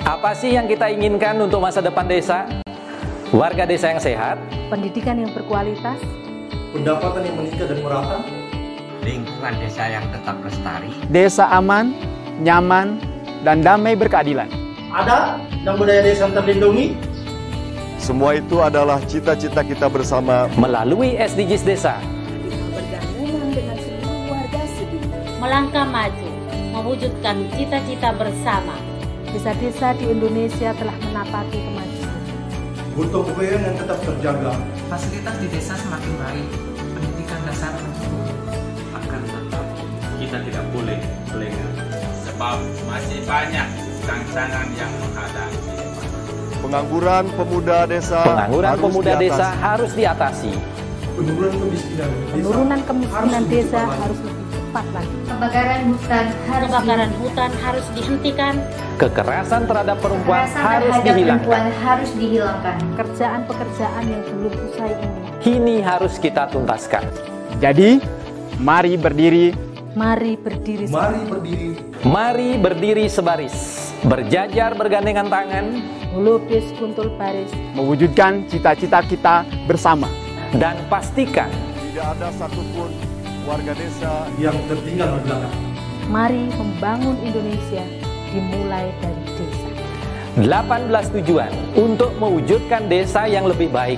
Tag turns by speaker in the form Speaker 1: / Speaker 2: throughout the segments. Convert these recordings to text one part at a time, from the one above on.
Speaker 1: Apa sih yang kita inginkan untuk masa depan desa? Warga desa yang sehat,
Speaker 2: pendidikan yang berkualitas,
Speaker 3: pendapatan yang meningkat dan merata,
Speaker 4: lingkungan desa yang tetap lestari,
Speaker 5: desa aman, nyaman, dan damai berkeadilan.
Speaker 3: ada dan budaya desa terlindungi.
Speaker 6: Semua itu adalah cita-cita kita bersama
Speaker 1: melalui SDGs Desa.
Speaker 2: bergandengan dengan seluruh warga sipil.
Speaker 7: Melangkah maju, mewujudkan cita-cita bersama.
Speaker 2: Desa-desa di Indonesia telah menapaki kemajuan.
Speaker 3: Gotong royong yang tetap terjaga.
Speaker 8: Fasilitas di desa semakin baik, pendidikan dasar mencukupi.
Speaker 9: Akan tetap kita tidak boleh lengah, sebab masih banyak tantangan yang menghadapi.
Speaker 6: pengangguran pemuda desa.
Speaker 1: Pengangguran pemuda desa harus diatasi.
Speaker 2: Penurunan kemiskinan desa harus lebih cepat lagi.
Speaker 7: Kebakaran hutan harus dihentikan.
Speaker 1: Kekerasan terhadap perempuan harus dihilangkan.
Speaker 2: Pekerjaan-pekerjaan yang belum usai ini
Speaker 1: Kini harus kita tuntaskan.
Speaker 5: Jadi, mari berdiri.
Speaker 2: Mari berdiri.
Speaker 1: Mari berdiri sebaris. Berjajar bergandengan tangan.
Speaker 2: Melukis kuntul baris.
Speaker 5: Mewujudkan cita-cita kita bersama.
Speaker 1: Dan pastikan
Speaker 6: Tidak ada satupun warga desa
Speaker 3: yang tertinggal di belakang.
Speaker 2: Mari membangun Indonesia dimulai dari desa.
Speaker 1: 18 tujuan untuk mewujudkan desa yang lebih baik.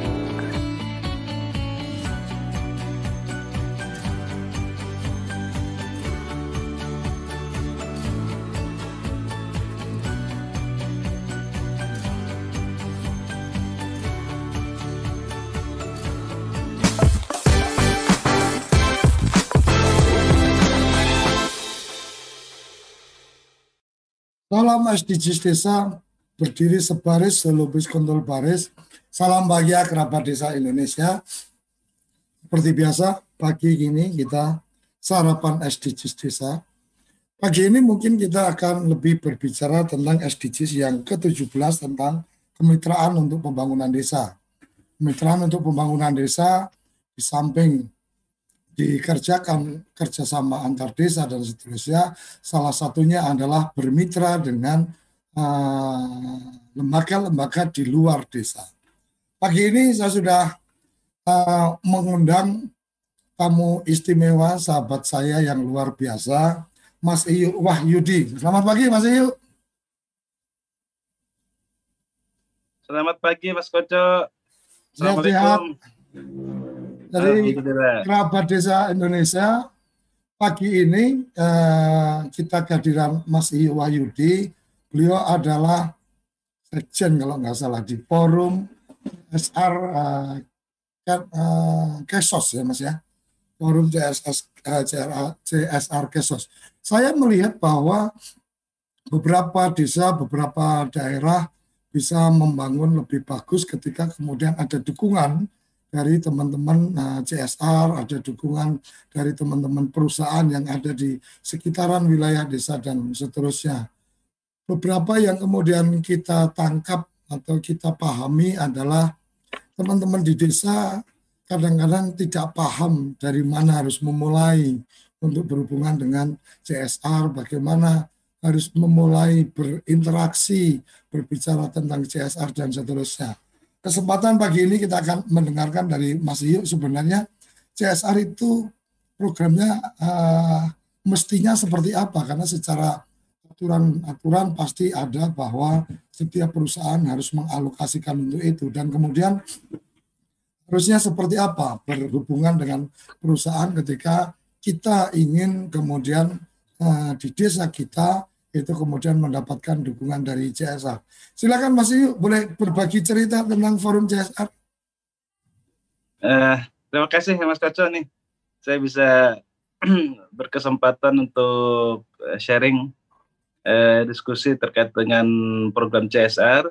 Speaker 10: Salam SDGs Desa, berdiri sebaris, selubis kuntul baris. Salam bahagia kerabat desa Indonesia. Seperti biasa, pagi ini kita sarapan SDGs Desa. Pagi ini mungkin kita akan lebih berbicara tentang SDGs yang ke-17 tentang kemitraan untuk pembangunan desa. Kemitraan untuk pembangunan desa di samping dikerjakan kerjasama antar desa dan seterusnya, salah satunya adalah bermitra dengan lembaga-lembaga di luar desa. Pagi ini saya sudah mengundang tamu istimewa, sahabat saya yang luar biasa, Mas Iyu Wahyudi. Selamat pagi Mas Iyu.
Speaker 11: Selamat pagi Mas Koco.
Speaker 10: Assalamualaikum. Dari kerabat desa Indonesia, pagi ini kita kehadiran Mas Iyu Wahyudi. Beliau adalah sekjen kalau nggak salah di forum SR Kesos ya Mas ya, forum CSR Kesos. Saya melihat bahwa beberapa desa, beberapa daerah bisa membangun lebih bagus ketika kemudian ada dukungan dari teman-teman CSR, ada dukungan dari teman-teman perusahaan yang ada di sekitaran wilayah desa dan seterusnya. Beberapa yang kemudian kita tangkap atau kita pahami adalah teman-teman di desa kadang-kadang tidak paham dari mana harus memulai untuk berhubungan dengan CSR, bagaimana harus memulai berinteraksi, berbicara tentang CSR dan seterusnya. Kesempatan pagi ini kita akan mendengarkan dari Mas Iyu, sebenarnya CSR itu programnya mestinya seperti apa, karena secara aturan pasti ada bahwa setiap perusahaan harus mengalokasikan untuk itu, dan kemudian harusnya seperti apa berhubungan dengan perusahaan ketika kita ingin kemudian di desa kita itu kemudian mendapatkan dukungan dari CSR. Silakan Mas Iyu, boleh berbagi cerita tentang forum CSR?
Speaker 11: Terima kasih Mas Koco nih, saya bisa berkesempatan untuk sharing diskusi terkait dengan program CSR.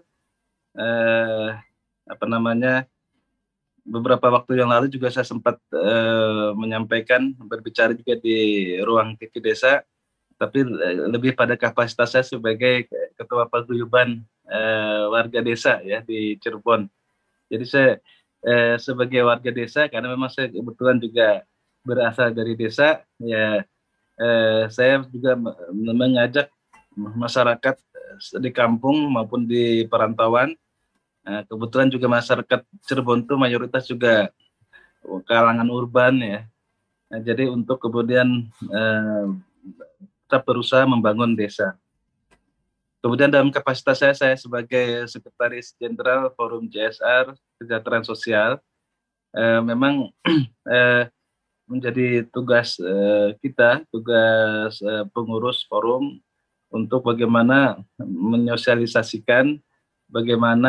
Speaker 11: Beberapa waktu yang lalu juga saya sempat menyampaikan, berbicara juga di ruang TV Desa, tapi lebih pada kapasitas saya sebagai ketua paguyuban warga desa ya di Cirebon. Jadi saya sebagai warga desa, karena memang saya kebetulan juga berasal dari desa, ya saya juga mengajak masyarakat di kampung maupun di perantauan. Kebetulan juga masyarakat Cirebon itu mayoritas juga kalangan urban ya. Jadi untuk kemudian tetap berusaha membangun desa. Kemudian dalam kapasitas saya sebagai Sekretaris Jenderal Forum CSR Kesejahteraan Sosial, memang menjadi tugas kita, tugas pengurus forum untuk bagaimana menyosialisasikan, bagaimana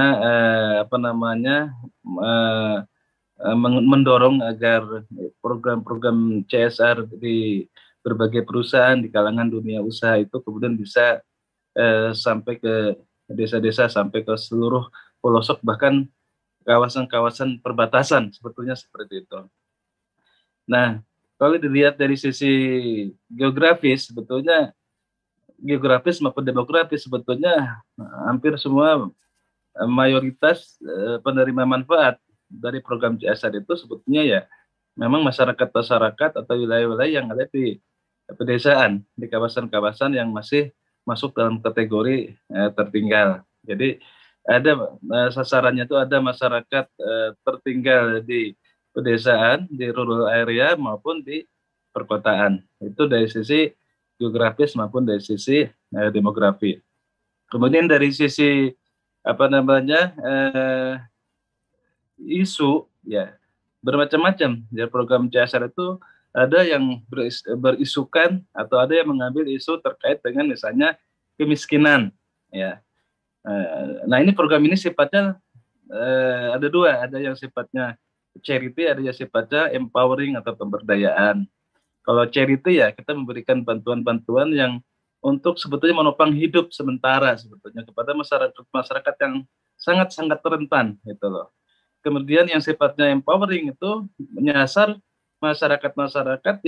Speaker 11: mendorong agar program-program CSR di berbagai perusahaan di kalangan dunia usaha itu kemudian bisa sampai ke desa-desa, sampai ke seluruh pelosok, bahkan kawasan-kawasan perbatasan, sebetulnya seperti itu. Nah, kalau dilihat dari sisi geografis, sebetulnya geografis maupun demografis sebetulnya hampir semua mayoritas penerima manfaat dari program CSR itu sebetulnya ya memang masyarakat-masyarakat atau wilayah-wilayah yang ada di pedesaan, di kawasan-kawasan yang masih masuk dalam kategori tertinggal. Jadi ada sasarannya itu ada masyarakat tertinggal di pedesaan, di rural area maupun di perkotaan. Itu dari sisi geografis maupun dari sisi demografi. Kemudian dari sisi isu ya bermacam-macam. Ya, program CSR itu ada yang berisukan atau ada yang mengambil isu terkait dengan misalnya kemiskinan ya. Nah, ini program ini sifatnya ada dua, ada yang sifatnya charity, ada yang sifatnya empowering atau pemberdayaan. Kalau charity ya kita memberikan bantuan-bantuan yang untuk sebetulnya menopang hidup sementara sebetulnya kepada masyarakat yang sangat-sangat rentan gitu loh. Kemudian yang sifatnya empowering itu menyasar masyarakat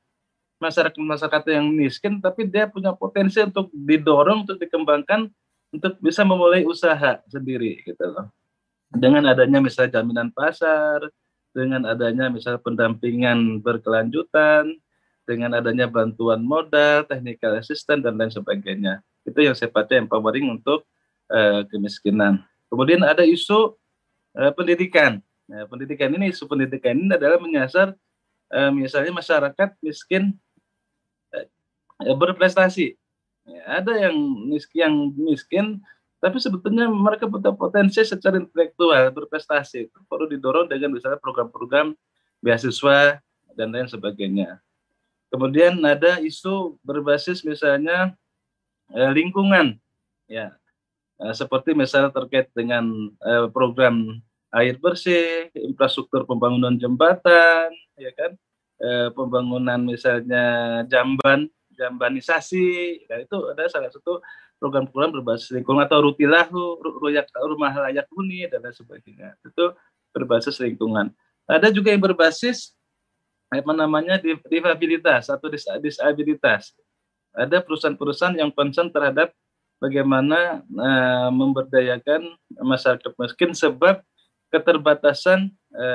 Speaker 11: yang miskin tapi dia punya potensi untuk didorong, untuk dikembangkan, untuk bisa memulai usaha sendiri gitu loh. Dengan adanya misalnya jaminan pasar, dengan adanya misalnya pendampingan berkelanjutan, dengan adanya bantuan modal, technical assistance dan lain sebagainya. Itu yang sifatnya empowering untuk kemiskinan. Kemudian ada isu pendidikan. Nah, isu pendidikan ini adalah menyasar misalnya masyarakat miskin berprestasi. Ya, ada yang miskin, tapi sebetulnya mereka punya potensi secara intelektual berprestasi. Itu perlu didorong dengan misalnya program-program beasiswa dan lain sebagainya. Kemudian ada isu berbasis misalnya lingkungan, ya, seperti misalnya terkait dengan program air bersih, infrastruktur pembangunan jembatan, ya kan, pembangunan misalnya jambanisasi, nah itu ada salah satu program-program berbasis lingkungan, atau rutilahu, rumah layak huni dan lain sebagainya. Itu berbasis lingkungan. Ada juga yang berbasis difabilitas atau disabilitas. Ada perusahaan-perusahaan yang concern terhadap bagaimana memberdayakan masyarakat miskin sebab keterbatasan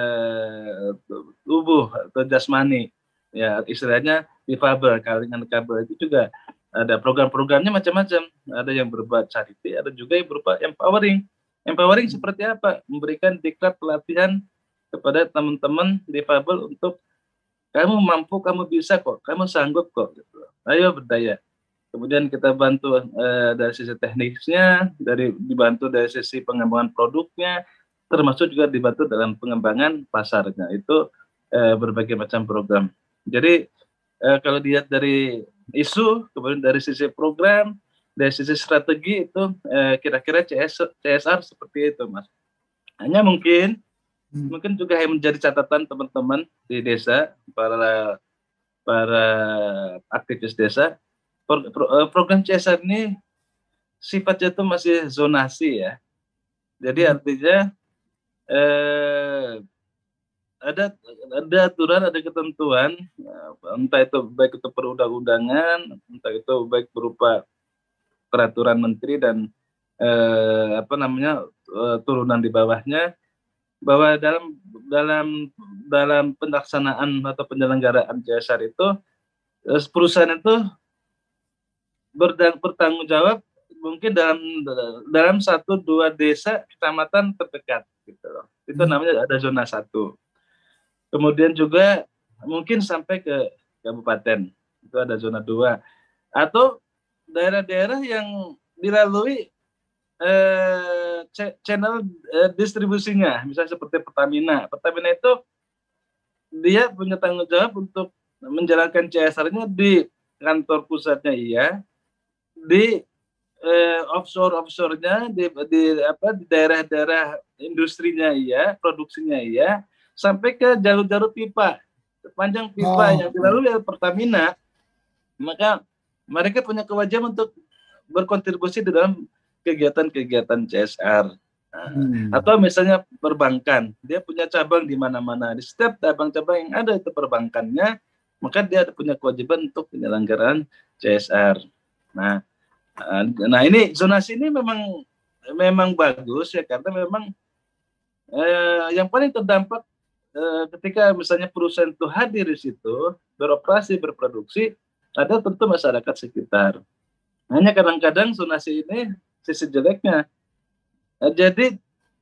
Speaker 11: tubuh atau jasmani, ya istilahnya difabel, kalangan kabel. Itu juga ada program-programnya macam-macam. Ada yang berupa charity, ada juga yang berupa empowering. Empowering seperti apa? Memberikan diklat pelatihan kepada teman-teman difabel untuk kamu mampu, kamu bisa kok, kamu sanggup kok, gitu. Ayo berdaya. Kemudian kita bantu dari sisi teknisnya, dibantu dari sisi pengembangan produknya, termasuk juga dibantu dalam pengembangan pasarnya. Itu berbagai macam program. Jadi kalau dilihat dari isu, kemudian dari sisi program, dari sisi strategi itu kira-kira CSR seperti itu, Mas. Hanya mungkin juga yang menjadi catatan teman-teman di desa, para aktivis desa, program CSR ini sifatnya itu masih zonasi ya. Jadi artinya ada aturan, ada ketentuan, entah itu baik itu perundang-undangan, entah itu baik berupa peraturan menteri dan turunan di bawahnya, bahwa dalam pelaksanaan atau penyelenggaraan CSR itu perusahaan itu bertanggung jawab mungkin dalam 1-2 desa kecamatan terdekat gitu loh. Itu namanya ada zona 1. Kemudian juga mungkin sampai ke kabupaten, itu ada zona 2. Atau daerah-daerah yang dilalui channel distribusinya, misalnya seperti Pertamina. Pertamina itu dia punya tanggung jawab untuk menjalankan CSR-nya di kantor pusatnya iya, di offshore-nya, di daerah-daerah industrinya iya, produksinya iya, sampai ke jalur-jalur pipa, sepanjang pipa yang dilalui oleh Pertamina, maka mereka punya kewajiban untuk berkontribusi di dalam kegiatan-kegiatan CSR. Atau misalnya perbankan, dia punya cabang di mana-mana, di setiap cabang-cabang yang ada itu perbankannya, maka dia punya kewajiban untuk penyelenggaraan CSR. Nah ini zonasi ini memang bagus ya, karena memang yang paling terdampak ketika misalnya perusahaan itu hadir di situ, beroperasi, berproduksi, ada tentu masyarakat sekitar. Hanya kadang-kadang zonasi ini sisi jeleknya, jadi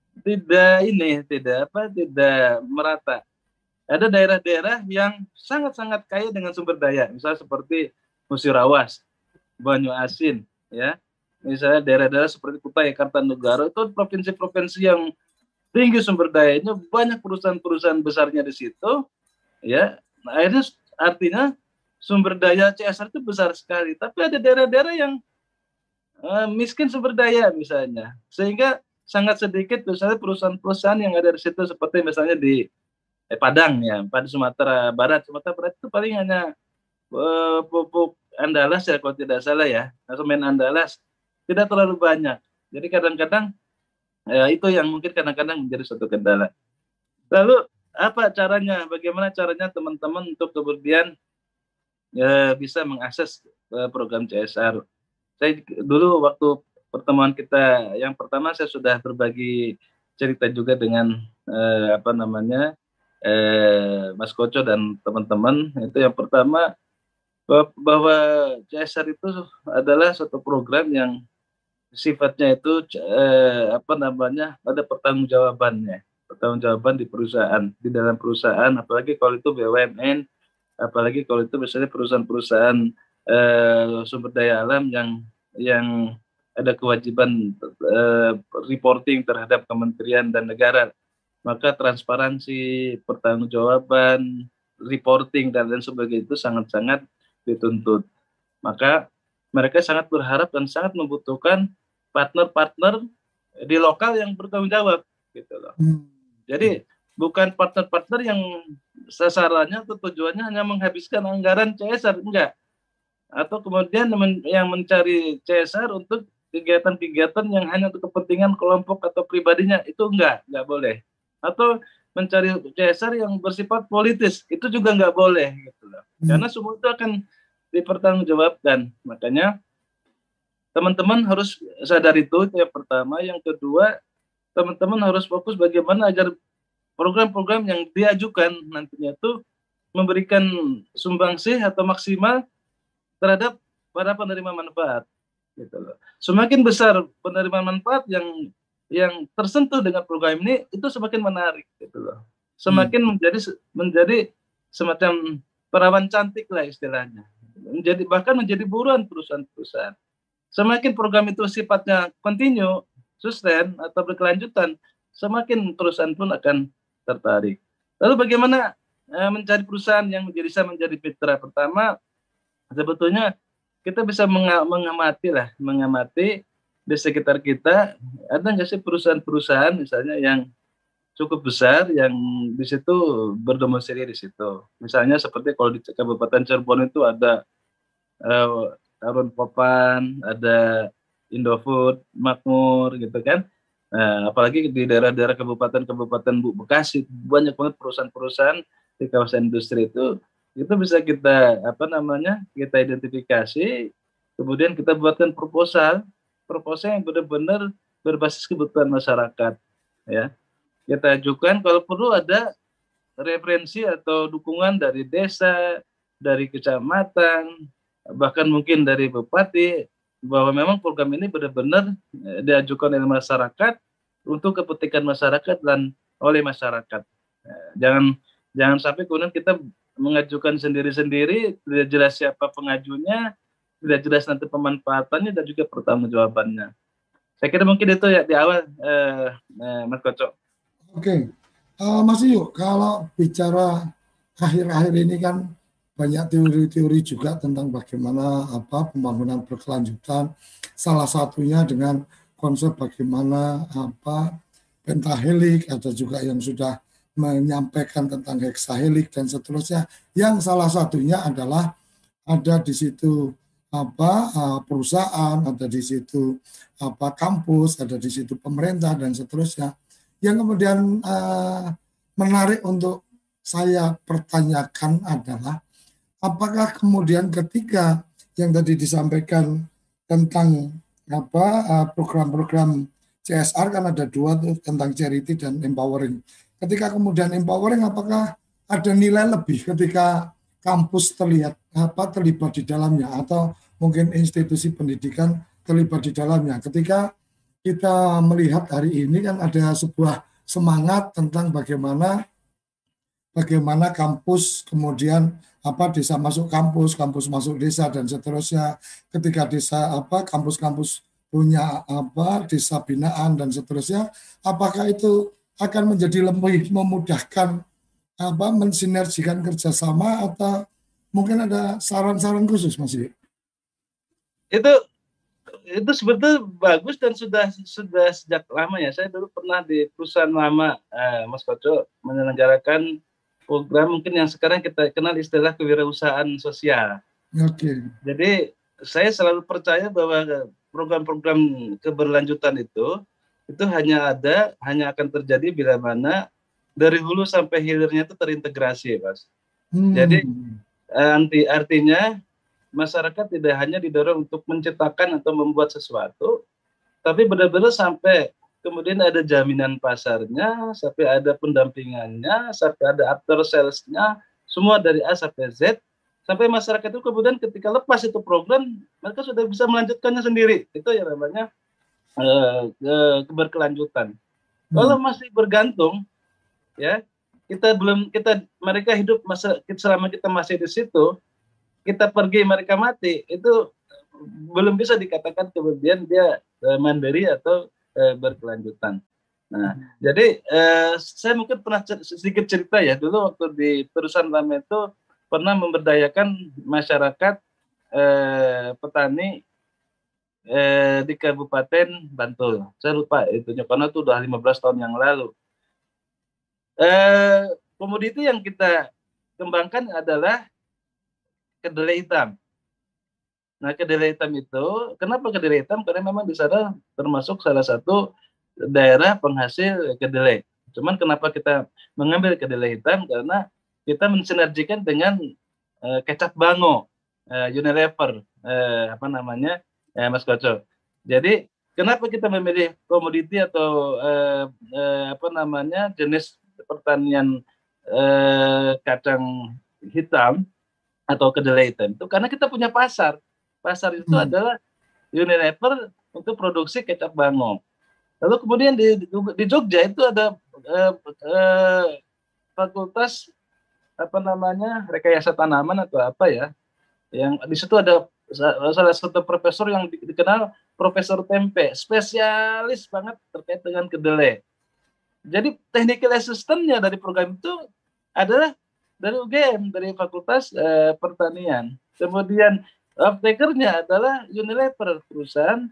Speaker 11: tidak merata. Ada daerah-daerah yang sangat-sangat kaya dengan sumber daya, misalnya seperti Musirawas, Banyu Asin, ya, misalnya daerah-daerah seperti Kutai Kartanegara, itu provinsi-provinsi yang tinggi sumber dayanya, banyak perusahaan-perusahaan besarnya di situ, ya. Nah, akhirnya artinya sumber daya CSR itu besar sekali, tapi ada daerah-daerah yang miskin sumber daya misalnya, sehingga sangat sedikit misalnya perusahaan-perusahaan yang ada di situ, seperti misalnya di Padang ya, pada Sumatera Barat itu paling hanya pupuk Andalas ya kalau tidak salah ya, semen Andalas, tidak terlalu banyak. Jadi kadang-kadang itu yang mungkin kadang-kadang menjadi suatu kendala. Lalu apa caranya? Bagaimana caranya teman-teman untuk kemudian bisa mengakses program CSR? Saya dulu waktu pertemuan kita yang pertama, saya sudah berbagi cerita juga dengan Mas Koco dan teman-teman. Itu yang pertama, bahwa CSR itu adalah suatu program yang sifatnya itu ada pertanggungjawabannya, pertanggungjawaban di perusahaan, di dalam perusahaan, apalagi kalau itu BUMN, apalagi kalau itu misalnya perusahaan-perusahaan sumber daya alam yang ada kewajiban reporting terhadap kementerian dan negara, maka transparansi, pertanggungjawaban, reporting dan lain sebagainya itu sangat-sangat dituntut. Maka mereka sangat berharap dan sangat membutuhkan partner-partner di lokal yang bertanggung jawab, gitu loh. Jadi bukan partner-partner yang sasarannya atau tujuannya hanya menghabiskan anggaran CSR, enggak. Atau kemudian yang mencari CSR untuk kegiatan-kegiatan yang hanya untuk kepentingan kelompok atau pribadinya, itu enggak boleh. Atau mencari CSR yang bersifat politis, itu juga enggak boleh, gitu loh. Karena semua itu akan dipertanggungjawabkan. Makanya teman-teman harus sadar itu yang pertama. Yang kedua, teman-teman harus fokus bagaimana agar program-program yang diajukan nantinya itu memberikan sumbangsih atau maksimal terhadap para penerima manfaat, gitu loh. Semakin besar penerima manfaat yang tersentuh dengan program ini, itu semakin menarik, gitu loh. Semakin menjadi semacam perawan cantik lah istilahnya. Bahkan menjadi buruan perusahaan-perusahaan. Semakin program itu sifatnya continue, sustain atau berkelanjutan, semakin perusahaan pun akan tertarik. Lalu bagaimana mencari perusahaan yang bisa menjadi mitra? Pertama, sebetulnya kita bisa mengamati di sekitar kita, ada nggak sih perusahaan-perusahaan misalnya yang cukup besar yang di situ berdomisili di situ. Misalnya seperti kalau di Kabupaten Cirebon itu ada Tarun Popan, ada Indofood, Makmur, gitu kan. Apalagi di daerah-daerah Kabupaten Bekasi banyak banget perusahaan-perusahaan di kawasan industri itu bisa kita kita identifikasi, kemudian kita buatkan proposal yang benar-benar berbasis kebutuhan masyarakat, ya. Kita ajukan, kalau perlu ada referensi atau dukungan dari desa, dari kecamatan, bahkan mungkin dari bupati, bahwa memang program ini benar-benar diajukan oleh masyarakat untuk kepentingan masyarakat dan oleh masyarakat. Jangan sampai kemudian kita mengajukan sendiri-sendiri, tidak jelas siapa pengajunya, tidak jelas nanti pemanfaatannya dan juga pertanggungjawabannya. Saya kira mungkin itu ya di awal, Mas Koco.
Speaker 10: Oke, Mas Iyo, kalau bicara akhir-akhir ini kan banyak teori-teori juga tentang bagaimana pembangunan berkelanjutan. Salah satunya dengan konsep bagaimana pentahelik, ada juga yang sudah menyampaikan tentang heksahelik dan seterusnya. Yang salah satunya adalah ada di situ perusahaan, ada di situ kampus, ada di situ pemerintah dan seterusnya. Yang kemudian menarik untuk saya pertanyakan adalah apakah kemudian ketika yang tadi disampaikan tentang program-program CSR kan ada dua tuh, tentang charity dan empowering. Ketika kemudian empowering, apakah ada nilai lebih ketika kampus terlibat di dalamnya atau mungkin institusi pendidikan terlibat di dalamnya? Ketika kita melihat hari ini kan ada sebuah semangat tentang bagaimana kampus kemudian desa masuk kampus, kampus masuk desa dan seterusnya. Ketika desa kampus-kampus punya desa binaan dan seterusnya, apakah itu akan menjadi lebih memudahkan mensinergikan kerjasama atau mungkin ada saran-saran khusus, Mas Iyo?
Speaker 11: Itu sebetulnya bagus dan sudah sejak lama ya. Saya dulu pernah di perusahaan lama, Mas Koco, menyelenggarakan program mungkin yang sekarang kita kenal istilah kewirausahaan sosial.
Speaker 10: Oke.
Speaker 11: Jadi saya selalu percaya bahwa program-program keberlanjutan itu hanya akan terjadi bila mana dari hulu sampai hilirnya itu terintegrasi, Mas. Jadi artinya masyarakat tidak hanya didorong untuk menciptakan atau membuat sesuatu, tapi benar-benar sampai kemudian ada jaminan pasarnya, sampai ada pendampingannya, sampai ada after sales-nya, semua dari A sampai Z, sampai masyarakat itu kemudian ketika lepas itu program, mereka sudah bisa melanjutkannya sendiri. Itu yang namanya keberkelanjutan. Kalau masih bergantung, ya mereka hidup selama kita masih di situ, kita pergi mereka mati, itu belum bisa dikatakan kemudian dia mandiri atau berkelanjutan. Nah, jadi saya mungkin pernah sedikit cerita ya, dulu waktu di perusahaan lama itu pernah memberdayakan masyarakat petani di Kabupaten Bantul. Saya lupa itunya karena itu udah 15 tahun yang lalu. Komoditi yang kita kembangkan adalah kedelai hitam. Nah, kedelai hitam itu, kenapa kedelai hitam? Karena memang di sana termasuk salah satu daerah penghasil kedelai. Cuman kenapa kita mengambil kedelai hitam? Karena kita mensinergikan dengan kecap bango, Unilever, Mas Koco. Jadi, kenapa kita memilih komoditi atau jenis pertanian kacang hitam atau kedelai hitam itu? Karena kita punya pasar. Pasar itu adalah Unilever untuk produksi kecap bango. Lalu kemudian di Jogja itu ada fakultas rekayasa tanaman atau apa ya, yang di situ ada salah satu profesor yang dikenal Profesor Tempe, spesialis banget terkait dengan kedelai. Jadi technical assistant-nya dari program itu adalah dari UGM, dari Fakultas Pertanian. Kemudian off-taker-nya adalah Unilever, perusahaan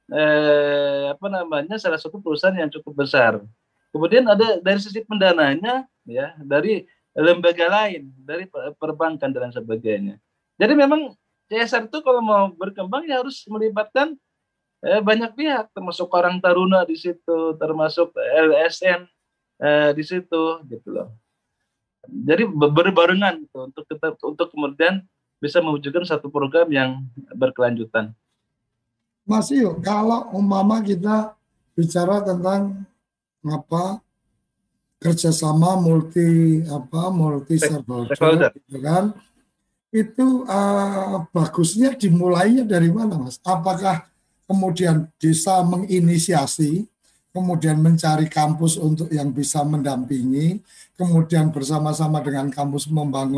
Speaker 11: salah satu perusahaan yang cukup besar. Kemudian ada dari sisi pendananya ya dari lembaga lain, dari perbankan dan sebagainya. Jadi memang CSR itu kalau mau berkembang ya harus melibatkan banyak pihak, termasuk Karang Taruna di situ, termasuk LSN di situ, gitu loh. Jadi berbarengan gitu, untuk kemudian bisa mewujudkan satu program yang berkelanjutan.
Speaker 10: Mas Iyo, kalau umpama kita bicara tentang kerjasama multi stakeholder, gitu kan? itu bagusnya dimulainya dari mana, Mas? Apakah kemudian desa menginisiasi, kemudian mencari kampus untuk yang bisa mendampingi, kemudian bersama-sama dengan kampus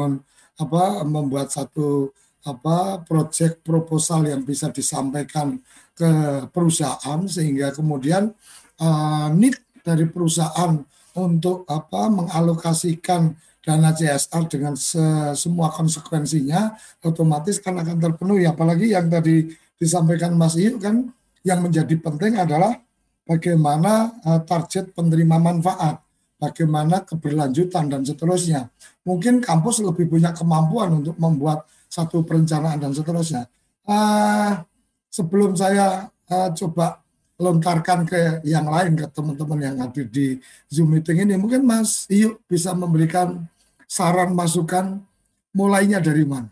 Speaker 10: membuat satu proyek proposal yang bisa disampaikan ke perusahaan, sehingga kemudian need dari perusahaan untuk mengalokasikan dana CSR dengan semua konsekuensinya otomatis kan akan terpenuhi. Apalagi yang tadi disampaikan Mas Iyu kan, yang menjadi penting adalah bagaimana target penerima manfaat, bagaimana keberlanjutan dan seterusnya. Mungkin kampus lebih punya kemampuan untuk membuat satu perencanaan dan seterusnya. Sebelum saya coba lontarkan ke yang lain, ke teman-teman yang hadir di Zoom meeting ini, mungkin Mas Iyu bisa memberikan saran masukan mulainya dari mana?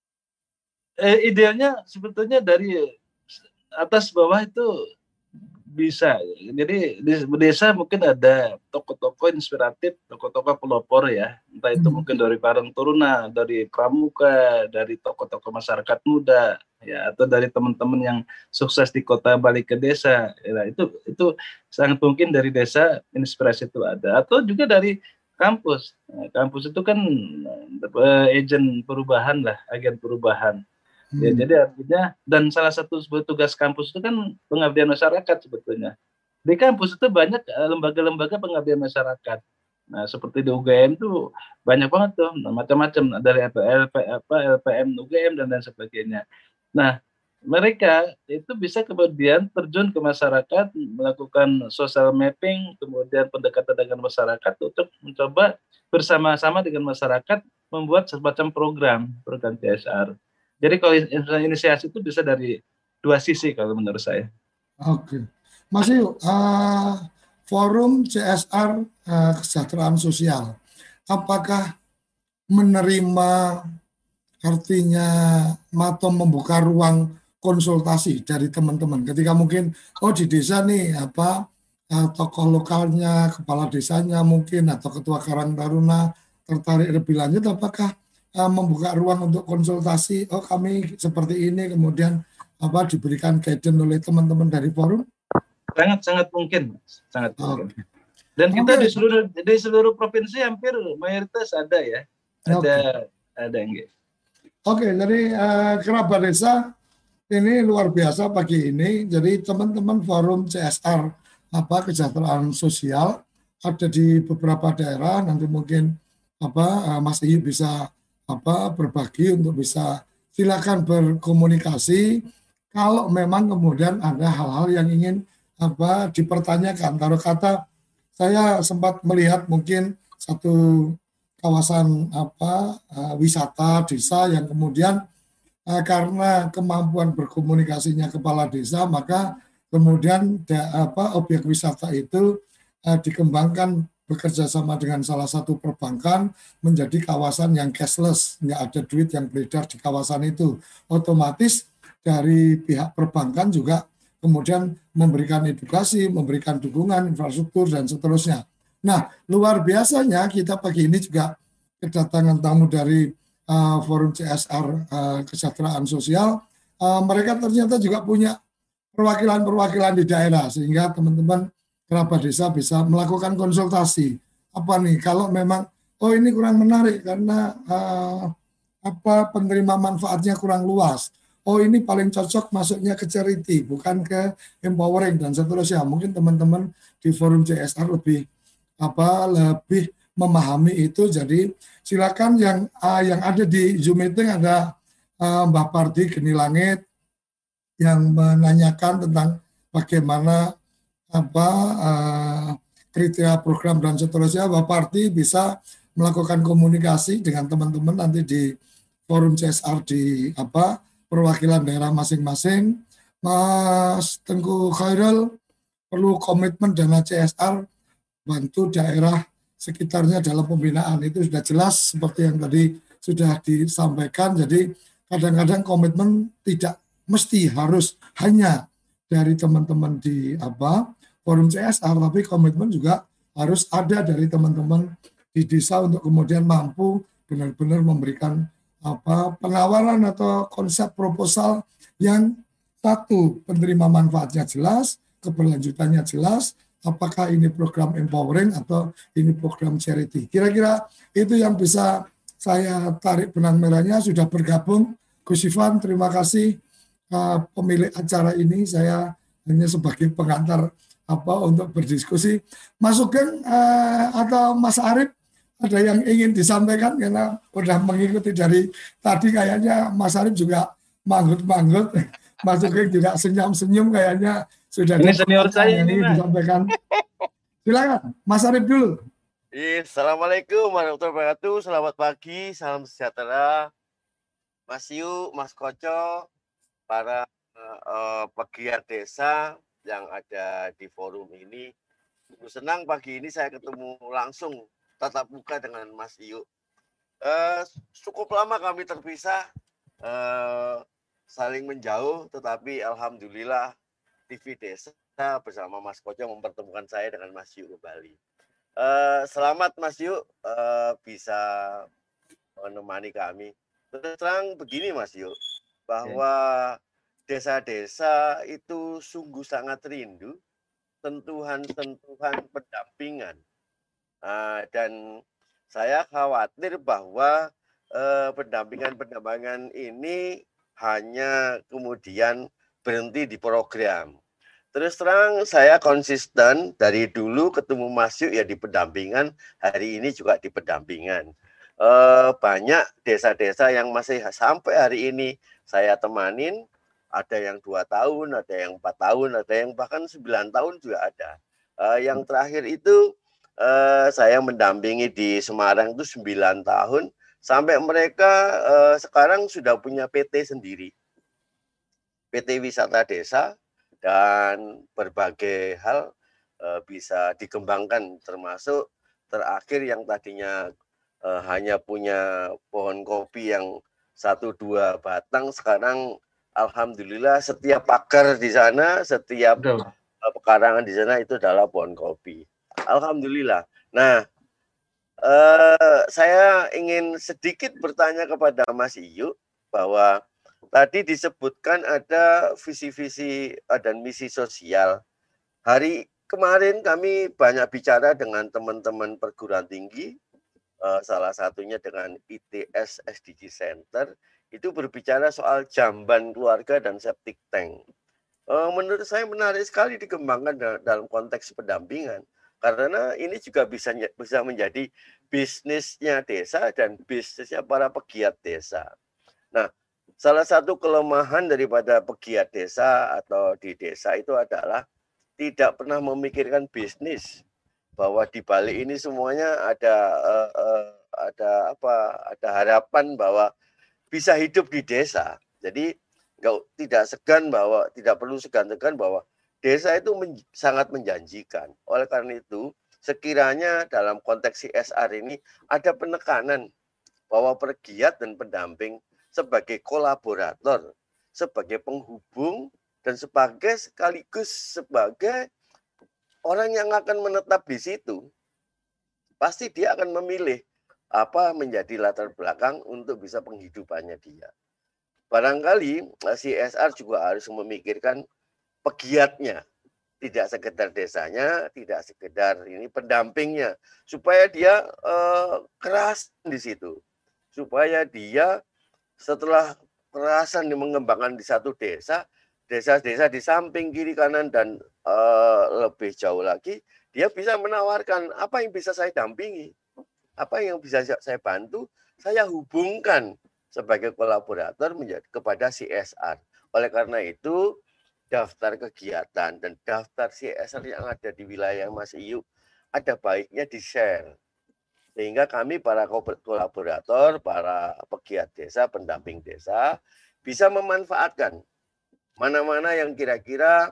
Speaker 11: Idealnya sebetulnya dari atas bawah itu bisa. Jadi di desa mungkin ada tokoh-tokoh inspiratif, tokoh-tokoh pelopor ya. Entah itu mungkin dari Karang Taruna, dari Pramuka, dari tokoh-tokoh masyarakat muda, ya, atau dari teman-teman yang sukses di kota balik ke desa. Ya, itu sangat mungkin dari desa inspirasi itu ada. Atau juga dari kampus. Nah, kampus itu kan agen perubahan lah, agen perubahan. Ya, jadi artinya, dan salah satu tugas kampus itu kan pengabdian masyarakat sebetulnya. Di kampus itu banyak lembaga-lembaga pengabdian masyarakat. Nah, seperti di UGM itu banyak banget tuh, macam-macam, dari LPM UGM dan lain sebagainya. Nah, mereka itu bisa kemudian terjun ke masyarakat, melakukan social mapping, kemudian pendekatan dengan masyarakat untuk mencoba bersama-sama dengan masyarakat membuat semacam program CSR. Jadi kalau inisiasi itu bisa dari dua sisi kalau menurut saya.
Speaker 10: Oke. Mas Iyu, forum CSR kesejahteraan sosial, apakah menerima, artinya atau membuka ruang konsultasi dari teman-teman ketika mungkin di desa nih tokoh lokalnya, kepala desanya mungkin atau ketua Karang Taruna tertarik lebih lanjut, apakah membuka ruang untuk konsultasi, kami seperti ini, kemudian diberikan guidance oleh teman-teman dari forum?
Speaker 11: Sangat mungkin. Dan kita di seluruh provinsi hampir mayoritas ada ya, ada enggak.
Speaker 10: Oke, jadi kerabat desa ini luar biasa pagi ini. Jadi teman-teman forum CSR kesejahteraan sosial ada di beberapa daerah. Nanti mungkin Mas Iyu bisa berbagi untuk bisa silakan berkomunikasi kalau memang kemudian ada hal-hal yang ingin dipertanyakan. Taruh kata saya sempat melihat mungkin satu kawasan wisata desa yang kemudian karena kemampuan berkomunikasinya kepala desa, maka kemudian objek wisata itu dikembangkan bekerja sama dengan salah satu perbankan menjadi kawasan yang cashless, nggak ada duit yang beredar di kawasan itu. Otomatis dari pihak perbankan juga kemudian memberikan edukasi, memberikan dukungan, infrastruktur, dan seterusnya. Nah, luar biasanya kita pagi ini juga kedatangan tamu dari Forum CSR Kesejahteraan Sosial. Mereka ternyata juga punya perwakilan-perwakilan di daerah, sehingga teman-teman kerabat desa bisa melakukan konsultasi. Apa nih kalau memang ini kurang menarik karena penerima manfaatnya kurang luas. Ini paling cocok masuknya ke charity, bukan ke empowering dan seterusnya. Mungkin teman-teman di forum CSR lebih memahami itu. Jadi silakan yang ada di Zoom meeting ada Mbak Parti Geni Langit yang menanyakan tentang bagaimana kriteria program dan seterusnya. Mbak Parti bisa melakukan komunikasi dengan teman-teman nanti di forum CSR di perwakilan daerah masing-masing. Mas Tengku Khairul perlu komitmen dana CSR bantu daerah sekitarnya dalam pembinaan, itu sudah jelas seperti yang tadi sudah disampaikan. Jadi kadang-kadang komitmen tidak mesti harus hanya dari teman-teman di forum CSR, tapi komitmen juga harus ada dari teman-teman di desa untuk kemudian mampu benar-benar memberikan penawaran atau konsep proposal yang satu, penerima manfaatnya jelas, keberlanjutannya jelas, apakah ini program empowering atau ini program charity. Kira-kira itu yang bisa saya tarik benang merahnya. Sudah bergabung Gus Ivan, terima kasih pemilik acara ini. Saya hanya sebagai pengantar untuk berdiskusi. Mas Sugeng atau Mas Arif, ada yang ingin disampaikan karena udah mengikuti dari tadi, kayaknya Mas Arif juga manggut-manggut. Mas Sugeng juga senyum-senyum, kayaknya sudah
Speaker 11: ini senior saya
Speaker 10: yang ingin disampaikan. Silakan Mas Arif dulu.
Speaker 12: Assalamualaikum warahmatullahi wabarakatuh. Selamat pagi, salam sejahtera. Mas Yu, Mas Koco, para pegiat desa yang ada di forum ini. Senang pagi ini saya ketemu langsung tatap muka dengan Mas Yu. Cukup lama kami terpisah, saling menjauh, tetapi alhamdulillah TV Desa bersama Mas Koco mempertemukan saya dengan Mas Yu kembali. Selamat Mas Yu bisa menemani kami. Terus terang begini Mas Yu, bahwa desa-desa itu sungguh sangat rindu sentuhan-sentuhan pendampingan. Dan saya khawatir bahwa pendampingan ini hanya kemudian berhenti di program. Terus terang saya konsisten dari dulu ketemu Mas Yu ya di pendampingan, hari ini juga di pendampingan. Banyak desa-desa yang masih sampai hari ini saya temanin, ada yang 2 tahun, ada yang 4 tahun, ada yang bahkan 9 tahun juga ada. Yang terakhir itu saya mendampingi di Semarang itu 9 tahun, sampai mereka sekarang sudah punya PT sendiri. PT Wisata Desa, dan berbagai hal bisa dikembangkan, termasuk terakhir yang tadinya hanya punya pohon kopi yang 1-2 batang, sekarang alhamdulillah setiap pagar di sana, setiap pekarangan di sana itu adalah pohon kopi. Alhamdulillah. Nah, saya ingin sedikit bertanya kepada Mas Iyu bahwa tadi disebutkan ada visi-visi dan misi sosial. Hari kemarin kami banyak bicara dengan teman-teman perguruan tinggi, salah satunya dengan ITS SDG Center, itu berbicara soal jamban keluarga dan septic tank. Menurut saya menarik sekali dikembangkan dalam konteks pendampingan, karena ini juga bisa menjadi bisnisnya desa dan bisnisnya para pegiat desa. Nah, salah satu kelemahan daripada pegiat desa atau di desa itu adalah tidak pernah memikirkan bisnis, bahwa di balik ini semuanya ada harapan bahwa bisa hidup di desa. Jadi tidak perlu segan-segan bahwa desa itu sangat menjanjikan. Oleh karena itu, sekiranya dalam konteks CSR ini ada penekanan bahwa pegiat dan pendamping sebagai kolaborator, sebagai penghubung, dan sekaligus sebagai orang yang akan menetap di situ, pasti dia akan memilih apa menjadi latar belakang untuk bisa penghidupannya dia. Barangkali CSR juga harus memikirkan pegiatnya, tidak sekedar desanya, tidak sekedar ini pendampingnya, supaya dia keras di situ, supaya dia setelah kerasan mengembangkan di satu desa-desa di samping kiri kanan dan lebih jauh lagi, dia bisa menawarkan apa yang bisa saya dampingi, apa yang bisa saya bantu, saya hubungkan sebagai kolaborator kepada CSR. Oleh karena itu, daftar kegiatan dan daftar CSR yang ada di wilayah Mas Iyu ada baiknya di-share. Sehingga kami para kolaborator, para pegiat desa, pendamping desa, bisa memanfaatkan mana-mana yang kira-kira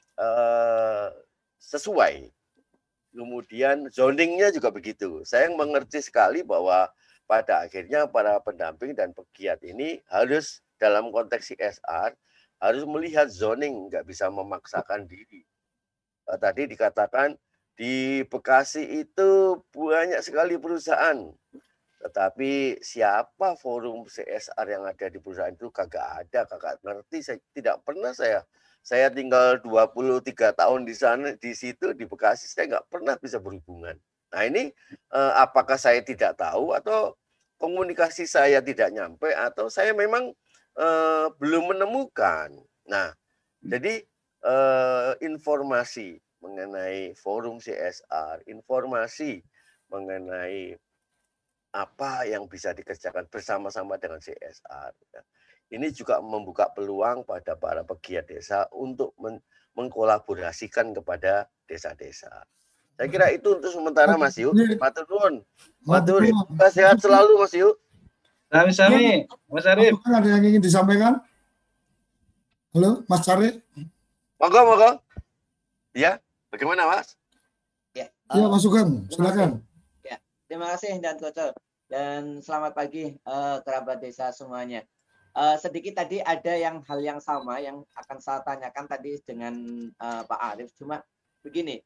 Speaker 12: sesuai. Kemudian zoningnya juga begitu. Saya mengerti sekali bahwa pada akhirnya para pendamping dan pegiat ini harus dalam konteks CSR harus melihat zoning, nggak bisa memaksakan diri. Tadi dikatakan di Bekasi itu banyak sekali perusahaan, Tapi siapa forum CSR yang ada di perusahaan itu kagak ngerti. Tidak pernah saya tinggal 23 tahun di sana, di situ di Bekasi, saya nggak pernah bisa berhubungan. Nah ini apakah saya tidak tahu atau komunikasi saya tidak nyampe atau saya memang belum menemukan. Nah jadi informasi mengenai forum CSR, informasi mengenai apa yang bisa dikerjakan bersama-sama dengan CSR. Ini juga membuka peluang pada para pegiat desa untuk mengkolaborasikan kepada desa-desa. Saya kira itu untuk sementara Mas Yu. Matur nuwun. Matur, sehat selalu Mas Yu.
Speaker 11: Sami-sami, Mas Arif.
Speaker 10: Ada yang ingin disampaikan? Halo, Mas Arif.
Speaker 12: Monggo. Ya, bagaimana Mas?
Speaker 10: Ya, Mas Sugeng, silakan.
Speaker 13: Ya, terima kasih dan Kocok. Dan selamat pagi kerabat desa semuanya. Sedikit tadi ada hal yang sama yang akan saya tanyakan tadi dengan Pak Arif. Cuma begini,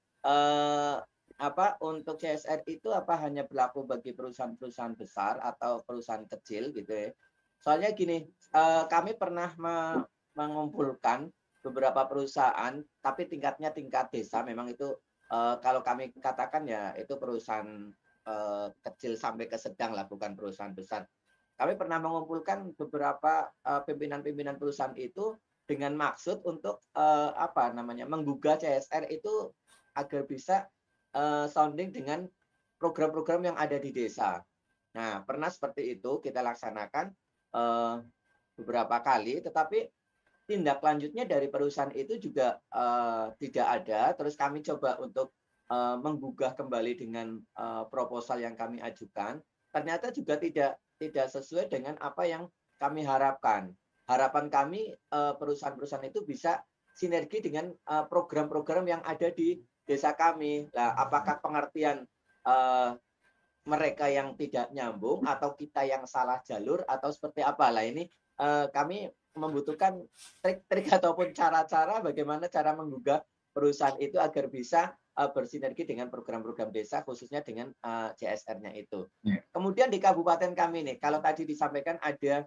Speaker 13: untuk CSR itu hanya berlaku bagi perusahaan-perusahaan besar atau perusahaan kecil gitu ya? Soalnya gini, kami pernah mengumpulkan beberapa perusahaan, tapi tingkat desa memang itu kalau kami katakan ya itu perusahaan kecil sampai ke sedang lah, bukan perusahaan besar. Kami pernah mengumpulkan beberapa pimpinan-pimpinan perusahaan itu dengan maksud untuk menggugah CSR itu agar bisa sounding dengan program-program yang ada di desa. Nah, pernah seperti itu kita laksanakan beberapa kali, tetapi tindak lanjutnya dari perusahaan itu juga tidak ada. Terus kami coba untuk menggugah kembali dengan proposal yang kami ajukan, ternyata juga tidak sesuai dengan apa yang kami harapkan. Harapan kami perusahaan-perusahaan itu bisa sinergi dengan program-program yang ada di desa kami. Nah, apakah pengertian mereka yang tidak nyambung atau kita yang salah jalur atau seperti apa? Lah ini kami membutuhkan trik-trik ataupun cara-cara bagaimana cara menggugah perusahaan itu agar bisa bersinergi dengan program-program desa, khususnya dengan CSR-nya itu. Kemudian di kabupaten kami nih, kalau tadi disampaikan ada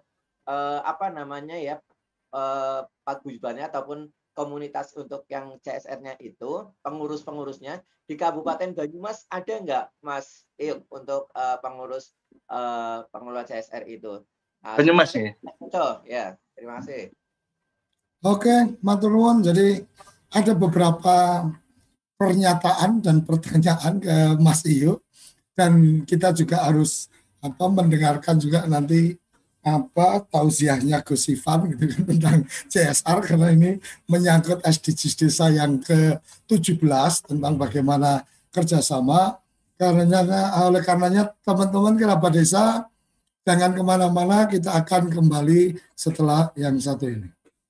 Speaker 13: paguyubannya ataupun komunitas untuk yang CSR-nya itu, pengurus-pengurusnya di Kabupaten Banyumas ada nggak, Mas Iuk, untuk pengurus pengelola CSR itu?
Speaker 11: Banyumas ya?
Speaker 13: Ya, terima kasih.
Speaker 10: Oke, matur nuwun. Jadi ada beberapa pernyataan dan pertanyaan ke Mas Iyo, dan kita juga harus mendengarkan juga nanti tausiahnya Gus Ivan gitu, tentang CSR, karena ini menyangkut SDGs desa yang ke-17 tentang bagaimana kerjasama. Oleh karenanya teman-teman kerabat desa jangan kemana-mana, kita akan kembali setelah yang satu ini.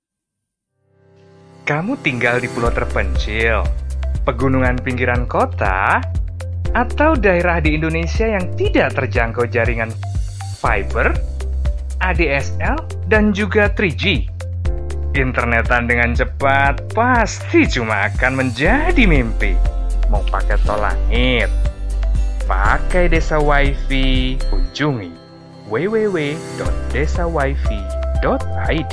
Speaker 14: Kamu tinggal di pulau terpencil, pegunungan pinggiran kota, atau daerah di Indonesia yang tidak terjangkau jaringan fiber, ADSL, dan juga 3G. Internetan dengan cepat pasti cuma akan menjadi mimpi. Mau pakai tol langit, pakai Desa Wifi, kunjungi www.desawifi.id.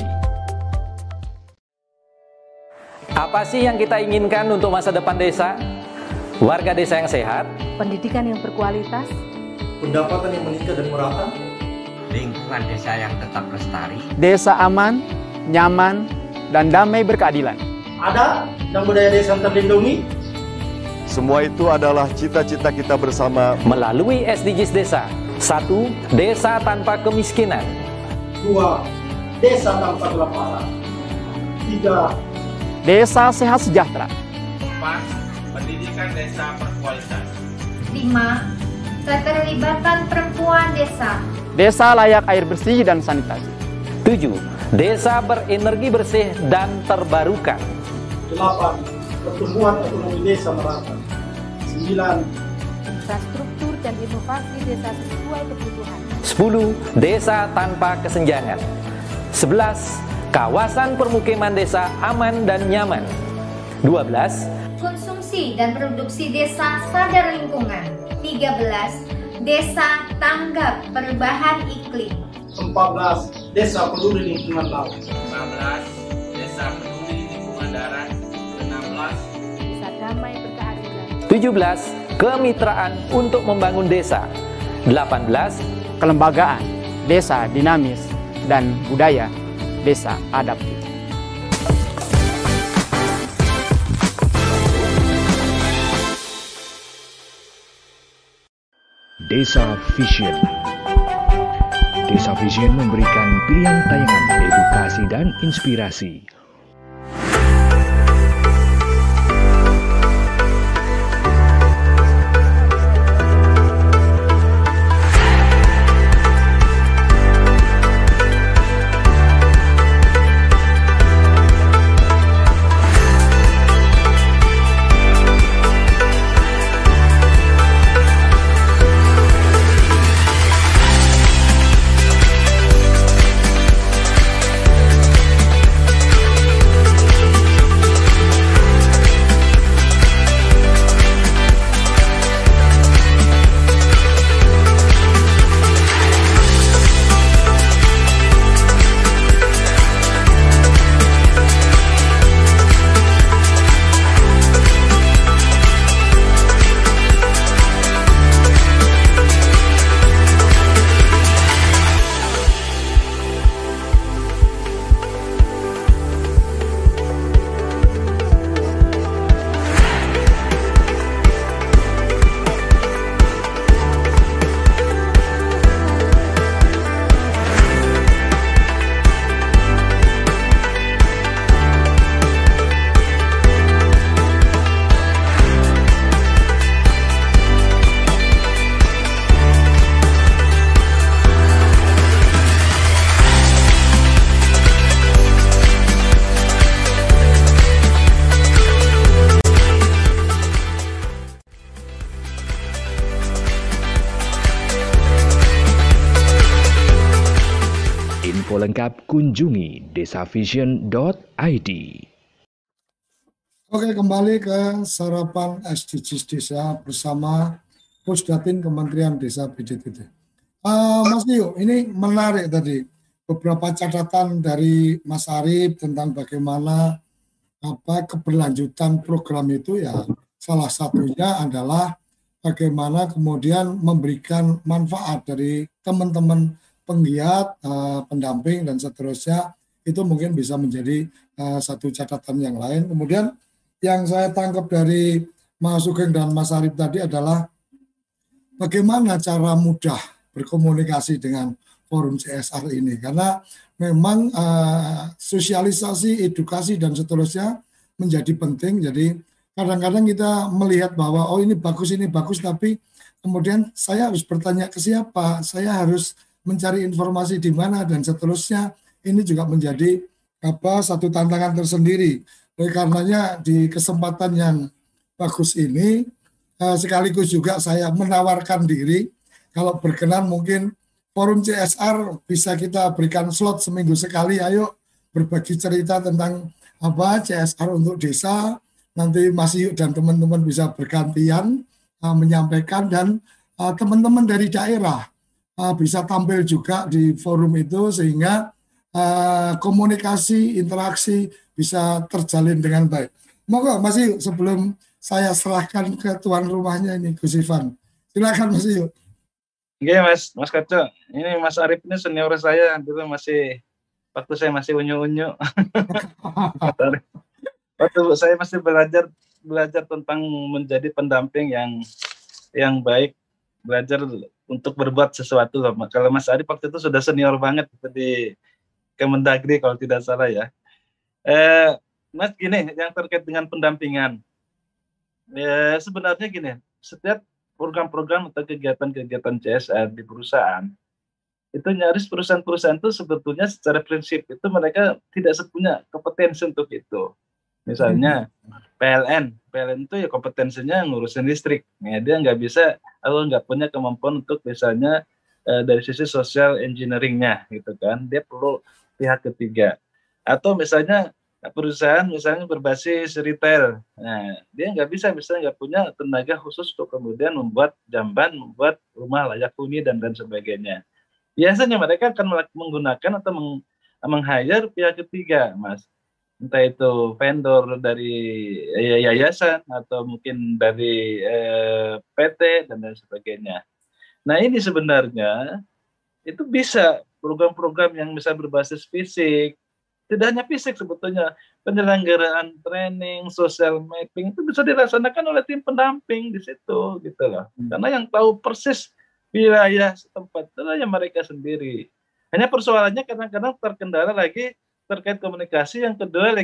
Speaker 1: Apa sih yang kita inginkan untuk masa depan desa? Warga desa yang sehat,
Speaker 2: pendidikan yang berkualitas,
Speaker 3: pendapatan yang meningkat dan merata,
Speaker 4: lingkungan desa yang tetap lestari,
Speaker 5: desa aman, nyaman, dan damai berkeadilan.
Speaker 3: Adat dan budaya desa yang terlindungi.
Speaker 6: Semua itu adalah cita-cita kita bersama
Speaker 1: melalui SDGs desa. 1. Desa tanpa kemiskinan.
Speaker 3: 2. Desa tanpa kelaparan. 3.
Speaker 5: Desa sehat sejahtera.
Speaker 9: 4. Pendidikan desa berkualitas.
Speaker 15: 5. Keterlibatan perempuan desa.
Speaker 5: Desa layak air bersih dan sanitasi.
Speaker 1: 7. Desa berenergi bersih dan terbarukan.
Speaker 3: 8. Pertumbuhan ekonomi desa merata. 9.
Speaker 2: infrastruktur dan inovasi desa sesuai kebutuhan.
Speaker 1: 10. Desa tanpa kesenjangan. 11. Kawasan permukiman desa aman dan nyaman. 12.
Speaker 15: Konsumsi dan produksi desa sadar lingkungan. 13. Desa Tanggap Perubahan Iklim.
Speaker 3: 14. Desa Peduli Lingkungan Laut.
Speaker 9: 15. Desa Peduli Lingkungan Darat. 16.
Speaker 2: Desa Damai Berkeadilan.
Speaker 1: 17. Kemitraan untuk membangun desa. 18.
Speaker 5: Kelembagaan desa dinamis dan budaya desa adaptif.
Speaker 16: Desa Vision. Desa Vision memberikan pilihan tayangan edukasi dan inspirasi. Info lengkap kunjungi desavision.id.
Speaker 10: Oke, kembali ke sarapan SDGs Desa bersama Pusdatin Kementerian Desa PDTT. Mas Tio, ini menarik tadi beberapa catatan dari Mas Arif tentang bagaimana keberlanjutan program itu, ya salah satunya adalah bagaimana kemudian memberikan manfaat dari teman-teman penggiat, pendamping dan seterusnya, itu mungkin bisa menjadi satu catatan yang lain. Kemudian yang saya tangkap dari Mas Sugeng dan Mas Arif tadi adalah bagaimana cara mudah berkomunikasi dengan forum CSR ini, karena memang sosialisasi, edukasi dan seterusnya menjadi penting. Jadi kadang-kadang kita melihat bahwa oh ini bagus, tapi kemudian saya harus bertanya ke siapa, saya harus mencari informasi di mana dan seterusnya. Ini juga menjadi satu tantangan tersendiri. Oleh karenanya di kesempatan yang bagus ini sekaligus juga saya menawarkan diri, kalau berkenan mungkin forum CSR bisa kita berikan slot seminggu sekali, ayo berbagi cerita tentang CSR untuk desa. Nanti Mas Yuk dan teman-teman bisa bergantian menyampaikan, dan teman-teman dari daerah bisa tampil juga di forum itu, sehingga komunikasi, interaksi bisa terjalin dengan baik. Monggo Mas Yuk, sebelum saya serahkan ke tuan rumahnya ini, Gus Ivan. Silakan Mas Yuk.
Speaker 11: Oke Mas Kaco, ini Mas Arif ini senior saya, dulu waktu saya masih unyu-unyu. Waktu saya masih belajar tentang menjadi pendamping yang baik, belajar untuk berbuat sesuatu. Kalau Mas Arif waktu itu sudah senior banget di Kemendagri kalau tidak salah ya. Mas gini, yang terkait dengan pendampingan, sebenarnya gini, setiap program-program atau kegiatan-kegiatan CSR di perusahaan, itu nyaris perusahaan-perusahaan itu sebetulnya secara prinsip itu mereka tidak punya kompetensi untuk itu. Misalnya PLN itu ya kompetensinya ngurusin listrik, ya, dia nggak bisa atau nggak punya kemampuan untuk misalnya dari sisi social engineering-nya gitu kan, dia perlu pihak ketiga. Atau misalnya perusahaan misalnya berbasis retail. Nah, dia nggak bisa misalnya nggak punya tenaga khusus untuk kemudian membuat jamban, membuat rumah layak huni dan sebagainya. Biasanya mereka akan menggunakan atau meng-hire pihak ketiga, Mas. Entah itu vendor dari yayasan atau mungkin dari PT dan lain sebagainya. Nah, ini sebenarnya itu bisa program-program yang bisa berbasis fisik. Tidak hanya fisik sebetulnya, penyelenggaraan training, social mapping itu bisa dilaksanakan oleh tim pendamping di situ gitu loh. Karena yang tahu persis wilayah setempat itu hanya mereka sendiri. Hanya persoalannya kadang-kadang terkendala lagi terkait komunikasi, yang kedua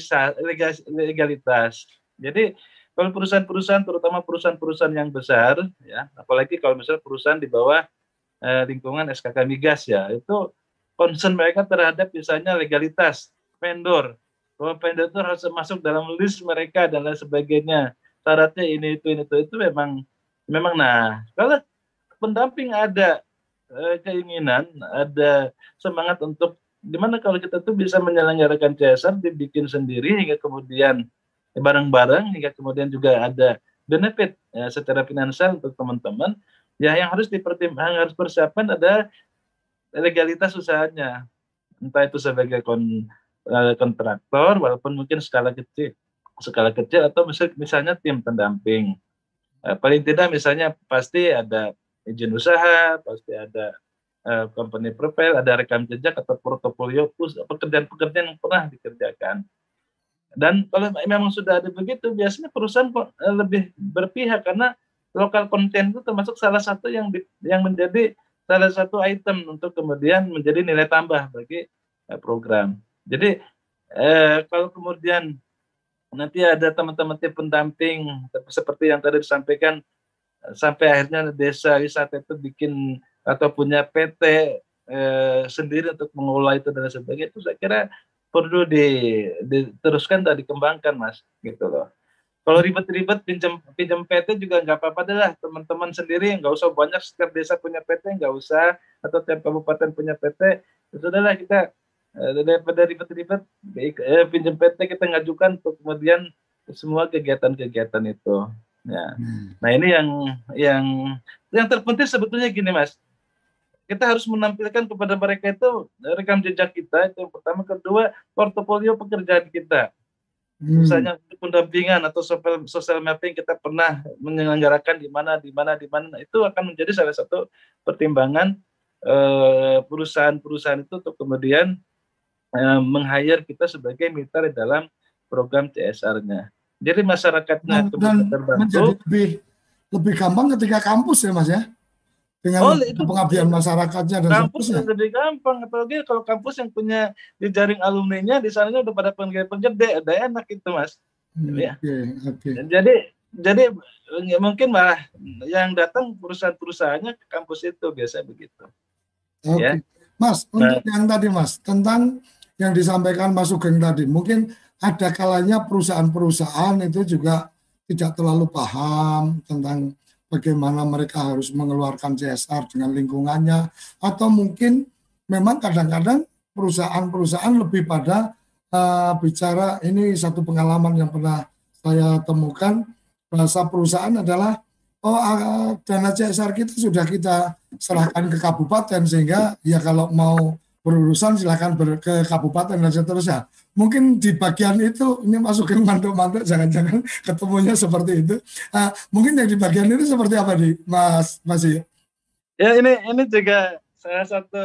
Speaker 11: legalitas. Jadi kalau perusahaan-perusahaan, terutama perusahaan-perusahaan yang besar, ya, apalagi kalau misalnya perusahaan di bawah lingkungan SKK Migas ya, itu concern mereka terhadap misalnya legalitas vendor, bahwa vendor itu harus masuk dalam list mereka dan lain sebagainya. Syaratnya ini itu memang. Nah, kalau pendamping ada keinginan, ada semangat untuk gimana kalau kita tuh bisa menyelenggarakan CSR, dibikin sendiri hingga kemudian bareng-bareng, hingga kemudian juga ada benefit ya, secara finansial untuk teman-teman. Ya, yang harus harus persiapan ada legalitas usahanya, entah itu sebagai kontraktor walaupun mungkin skala kecil atau misalnya tim pendamping. Paling tidak misalnya pasti ada izin usaha, pasti ada company profile, ada rekam jejak atau portofolio pekerjaan-pekerjaan yang pernah dikerjakan. Dan kalau memang sudah ada begitu, biasanya perusahaan lebih berpihak karena lokal konten itu termasuk salah satu yang menjadi salah satu item untuk kemudian menjadi nilai tambah bagi program. Jadi kalau kemudian nanti ada teman-teman tim pendamping seperti yang tadi disampaikan, sampai akhirnya desa wisata itu bikin atau punya PT sendiri untuk mengelola itu dan sebagainya, itu saya kira perlu diteruskan dan dikembangkan, Mas, gitu loh. Kalau ribet-ribet pinjam PT juga nggak apa-apa deh lah, teman-teman sendiri, nggak usah banyak, setiap desa punya PT, nggak usah, atau tiap kabupaten punya PT, sudahlah kita daripada ribet-ribet pinjam PT kita ngajukan untuk kemudian semua kegiatan-kegiatan itu. Ya. Nah, ini yang terpenting sebetulnya gini, Mas, kita harus menampilkan kepada mereka itu rekam jejak kita, itu yang pertama. Kedua, portofolio pekerjaan kita. Misalnya pendampingan atau social mapping kita pernah menyelenggarakan di mana, itu akan menjadi salah satu pertimbangan perusahaan-perusahaan itu untuk kemudian meng-hire kita sebagai mitra di dalam program CSR-nya. Jadi masyarakatnya terbantu.
Speaker 10: Menjadi lebih gampang ketika kampus ya, Mas ya, dengan pengabdian masyarakatnya dan
Speaker 11: kampus lebih gampang, apalagi kalau kampus yang punya di jaring alumninya di sananya udah pada pengerja, udah enak itu, Mas. Jadi mungkin malah yang datang perusahaan-perusahaannya ke kampus itu biasa begitu. Ya.
Speaker 10: Mas, untuk yang tadi, Mas, tentang yang disampaikan Mas Sugeng tadi, mungkin ada kalanya perusahaan-perusahaan itu juga tidak terlalu paham tentang bagaimana mereka harus mengeluarkan CSR dengan lingkungannya, atau mungkin memang kadang-kadang perusahaan-perusahaan lebih pada bicara, ini satu pengalaman yang pernah saya temukan, bahasa perusahaan adalah dana CSR kita sudah kita serahkan ke kabupaten, sehingga ya kalau mau berurusan silakan ke kabupaten dan seterusnya. Mungkin di bagian itu ini masukin mantuk-mantuk, jangan-jangan ketemunya seperti itu. Mungkin yang di bagian itu seperti apa nih, Mas Masih?
Speaker 11: Ya, ini juga salah satu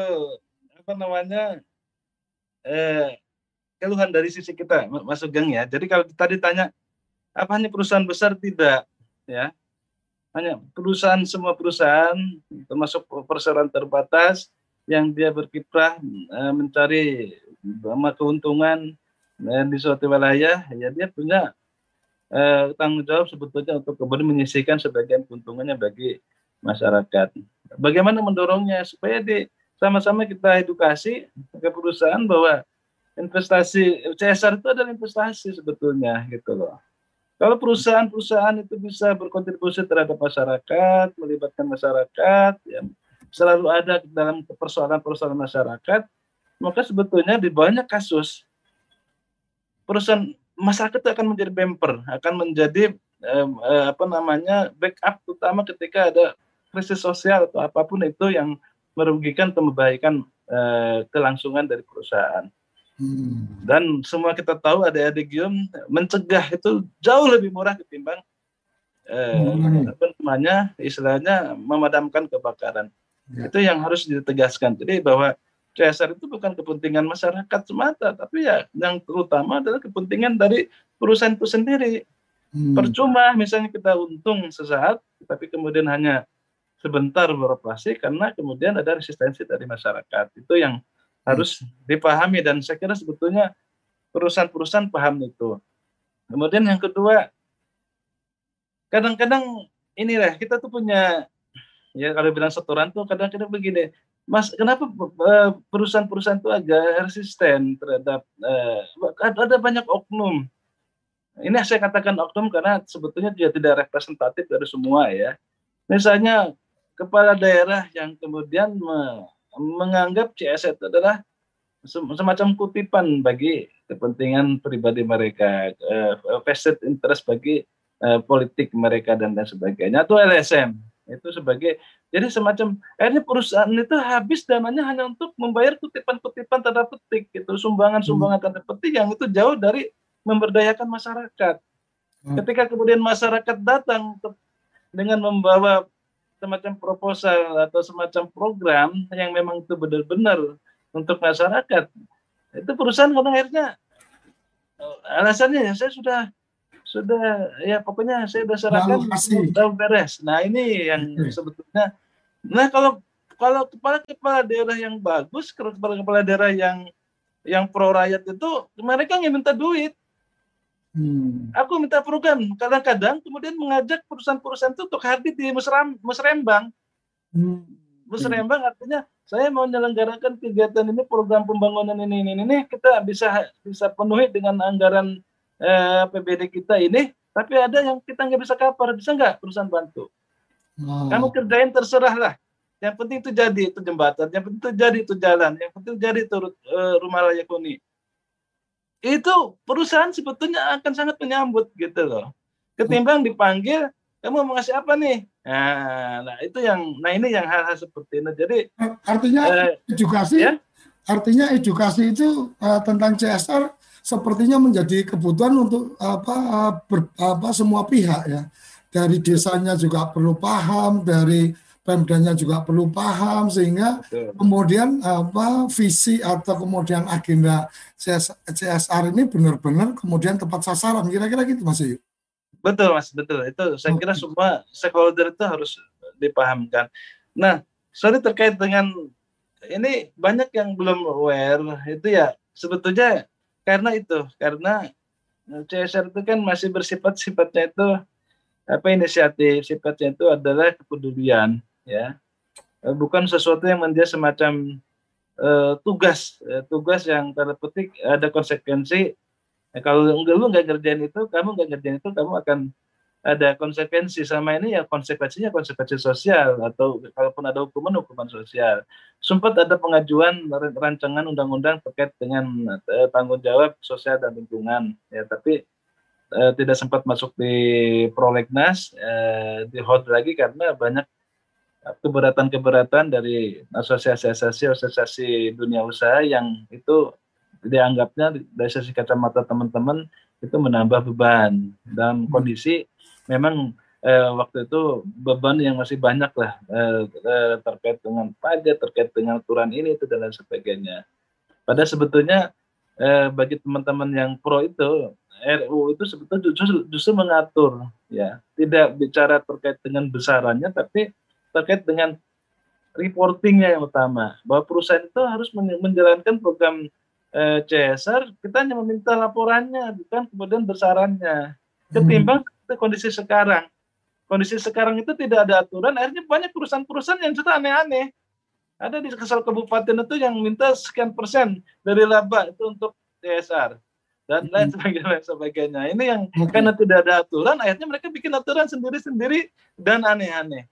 Speaker 11: keluhan dari sisi kita, Mas Sugeng ya. Jadi kalau tadi tanya apa hanya perusahaan besar, tidak ya. Hanya semua perusahaan termasuk perseroan terbatas yang dia berkiprah mencari keuntungan di suatu wilayah, ya dia punya tanggung jawab sebetulnya untuk kemudian menyisihkan sebagian keuntungannya bagi masyarakat. Bagaimana mendorongnya supaya sama-sama kita edukasi ke perusahaan bahwa investasi CSR itu adalah investasi sebetulnya gitu loh. Kalau perusahaan-perusahaan itu bisa berkontribusi terhadap masyarakat, melibatkan masyarakat, ya, selalu ada dalam persoalan-persoalan masyarakat, maka sebetulnya di banyak kasus perusahaan masyarakat itu akan menjadi bumper, akan menjadi backup utama ketika ada krisis sosial atau apapun itu yang merugikan atau membahayakan kelangsungan dari perusahaan. Dan semua kita tahu adik-adik Gium, mencegah itu jauh lebih murah ketimbang istilahnya memadamkan kebakaran. Itu yang harus ditegaskan. Jadi bahwa CSR itu bukan kepentingan masyarakat semata, tapi ya yang terutama adalah kepentingan dari perusahaan itu sendiri. Percuma misalnya kita untung sesaat, tapi kemudian hanya sebentar beroperasi karena kemudian ada resistensi dari masyarakat. Itu yang harus dipahami, dan saya kira sebetulnya perusahaan-perusahaan paham itu. Kemudian yang kedua, kadang-kadang inilah kita tuh punya, ya kalau bilang setoran tuh kadang-kadang begini, Mas, kenapa perusahaan-perusahaan itu agak resisten terhadap ada banyak oknum. Ini saya katakan oknum karena sebetulnya dia tidak representatif dari semua ya. Misalnya kepala daerah yang kemudian menganggap CSR itu adalah semacam kutipan bagi kepentingan pribadi mereka, vested interest bagi politik mereka dan lain sebagainya, atau LSM itu sebagai, jadi semacam akhirnya perusahaan itu habis dananya hanya untuk membayar kutipan-kutipan tanda petik, itu sumbangan-sumbangan tanda petik yang itu jauh dari memberdayakan masyarakat. Ketika kemudian masyarakat datang dengan membawa semacam proposal atau semacam program yang memang itu benar-benar untuk masyarakat, itu perusahaan kadang akhirnya alasannya ya saya sudah ya pokoknya saya sudah serahkan sudah beres. Nah ini yang sebetulnya, nah kalau kepala daerah yang bagus, kepala daerah yang pro rakyat itu mereka nggak minta duit. Aku minta program, kadang-kadang kemudian mengajak perusahaan-perusahaan itu untuk hadir di musrembang. Musrembang artinya saya mau menyelenggarakan kegiatan ini, program pembangunan ini kita bisa penuhi dengan anggaran APBD kita ini, tapi ada yang kita nggak bisa cover, bisa nggak perusahaan bantu? Kamu kerjain terserah lah. Yang penting itu jadi, itu jembatan, yang penting itu jadi, itu jalan, yang penting jadi itu rumah layak huni. Itu perusahaan sebetulnya akan sangat menyambut gitu loh. Ketimbang dipanggil, kamu mau ngasih apa nih? Nah itu ini yang hal-hal seperti ini. Jadi
Speaker 10: artinya edukasi, ya? Artinya edukasi itu tentang CSR sepertinya menjadi kebutuhan untuk semua pihak ya. Dari desanya juga perlu paham, dari Pemdanya juga perlu paham, sehingga kemudian visi atau kemudian agenda CSR ini benar-benar kemudian tepat sasaran, kira-kira gitu Mas Iyu.
Speaker 11: Betul Mas, betul. Itu saya kira semua stakeholder itu harus dipahamkan. Nah, terkait dengan ini banyak yang belum aware itu ya, sebetulnya karena CSR itu kan masih sifatnya itu inisiatif, sifatnya itu adalah kepedulian ya, bukan sesuatu yang menjadi semacam tugas yang tanda petik ada konsekuensi. Kalau lu nggak ngerjain itu, kamu akan ada konsekuensi. Sama ini ya konsekuensi sosial, atau kalaupun ada hukuman sosial. Sempat ada pengajuan rancangan undang-undang terkait dengan tanggung jawab sosial dan lingkungan ya, tapi tidak sempat masuk di prolegnas, di hold lagi karena banyak keberatan dari asosiasi dunia usaha yang itu dianggapnya dari sisi kacamata teman-teman itu menambah beban, dan kondisi memang waktu itu beban yang masih banyak lah terkait dengan pajak, terkait dengan aturan ini itu dan lain sebagainya. Padahal sebetulnya bagi teman-teman yang pro itu, RUU itu sebetulnya justru mengatur ya, tidak bicara terkait dengan besarannya, tapi terkait dengan reportingnya yang utama, bahwa perusahaan itu harus menjalankan program CSR, kita hanya meminta laporannya, bukan kemudian besarannya. Ketimbang kondisi sekarang itu tidak ada aturan, akhirnya banyak perusahaan-perusahaan yang sudah aneh-aneh. Ada di kesal kabupaten itu yang minta sekian persen dari laba itu untuk CSR dan lain sebagainya. Ini yang karena tidak ada aturan, akhirnya mereka bikin aturan sendiri-sendiri dan aneh-aneh.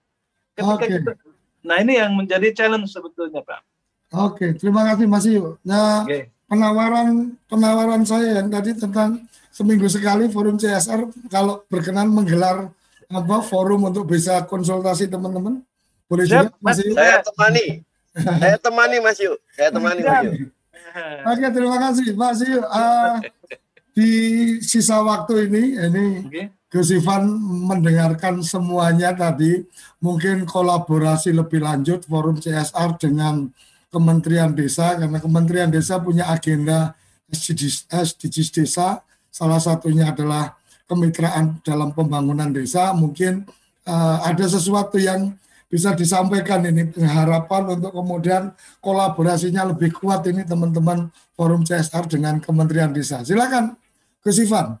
Speaker 11: Nah ini yang menjadi challenge sebetulnya Pak.
Speaker 10: Oke, terima kasih Mas Iyu. Nah, penawaran saya yang tadi tentang seminggu sekali forum CSR, kalau berkenan menggelar forum untuk bisa konsultasi teman-teman, boleh juga Mas Yu.
Speaker 12: Saya temani Mas Yu.
Speaker 10: Oke, terima kasih Mas Yu. Di sisa waktu ini Gus Ivan mendengarkan semuanya tadi, mungkin kolaborasi lebih lanjut forum CSR dengan Kementerian Desa, karena Kementerian Desa punya agenda SDGs desa, salah satunya adalah kemitraan dalam pembangunan desa. Mungkin ada sesuatu yang bisa disampaikan ini, harapan untuk kemudian kolaborasinya lebih kuat ini teman-teman forum CSR dengan Kementerian Desa. Silakan Gus Ivan.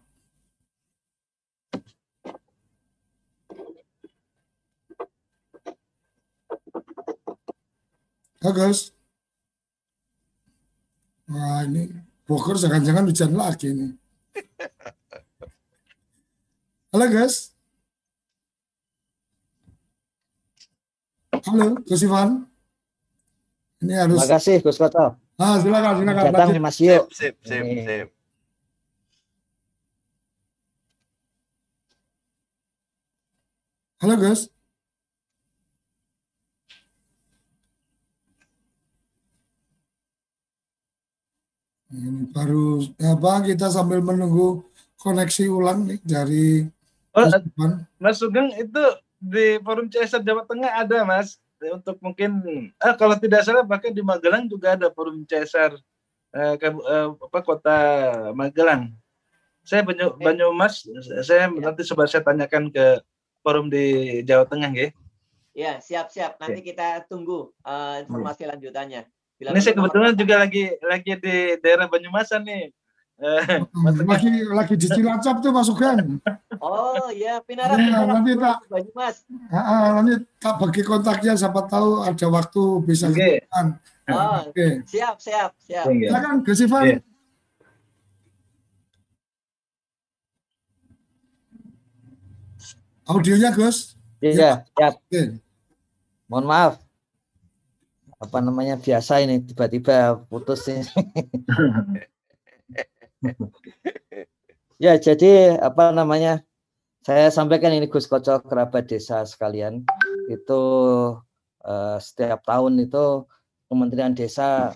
Speaker 10: Gus. Wah, ini Bogor jangan-jangan hujan lagi nih. Halo Gus. Halo Gus Ivan. Ini harus.
Speaker 17: Terima kasih Gus Koco.
Speaker 10: Silakan.
Speaker 17: Datang Mas Yu.
Speaker 12: Sip.
Speaker 10: Halo Gus. Ini baru kita sambil menunggu koneksi ulang nih dari
Speaker 11: Mas Sugeng itu di forum CSR Jawa Tengah ada Mas, untuk mungkin kalau tidak salah bahkan di Magelang juga ada forum CSR kota Magelang. Saya Banyumas, saya nanti coba saya tanyakan ke forum di Jawa Tengah ya.
Speaker 13: Ya, siap. Nanti kita tunggu informasi lanjutannya.
Speaker 11: Ini saya kebetulan juga lagi di daerah Banyumasan nih.
Speaker 10: Lagi di Cilacap tuh Mas Sugeng.
Speaker 13: Oh iya, Pinara
Speaker 10: nanti
Speaker 13: Banyumas.
Speaker 10: Nanti tak bagi kontaknya, siapa tahu ada waktu bisa ketemuan.
Speaker 13: Siap.
Speaker 10: Silakan Gus Ivan. Audionya Gus.
Speaker 17: Iya, siap. Mohon maaf. Biasa ini tiba-tiba putus ini. Ya, jadi saya sampaikan ini Gus Koco, kerabat desa sekalian, itu setiap tahun itu Kementerian Desa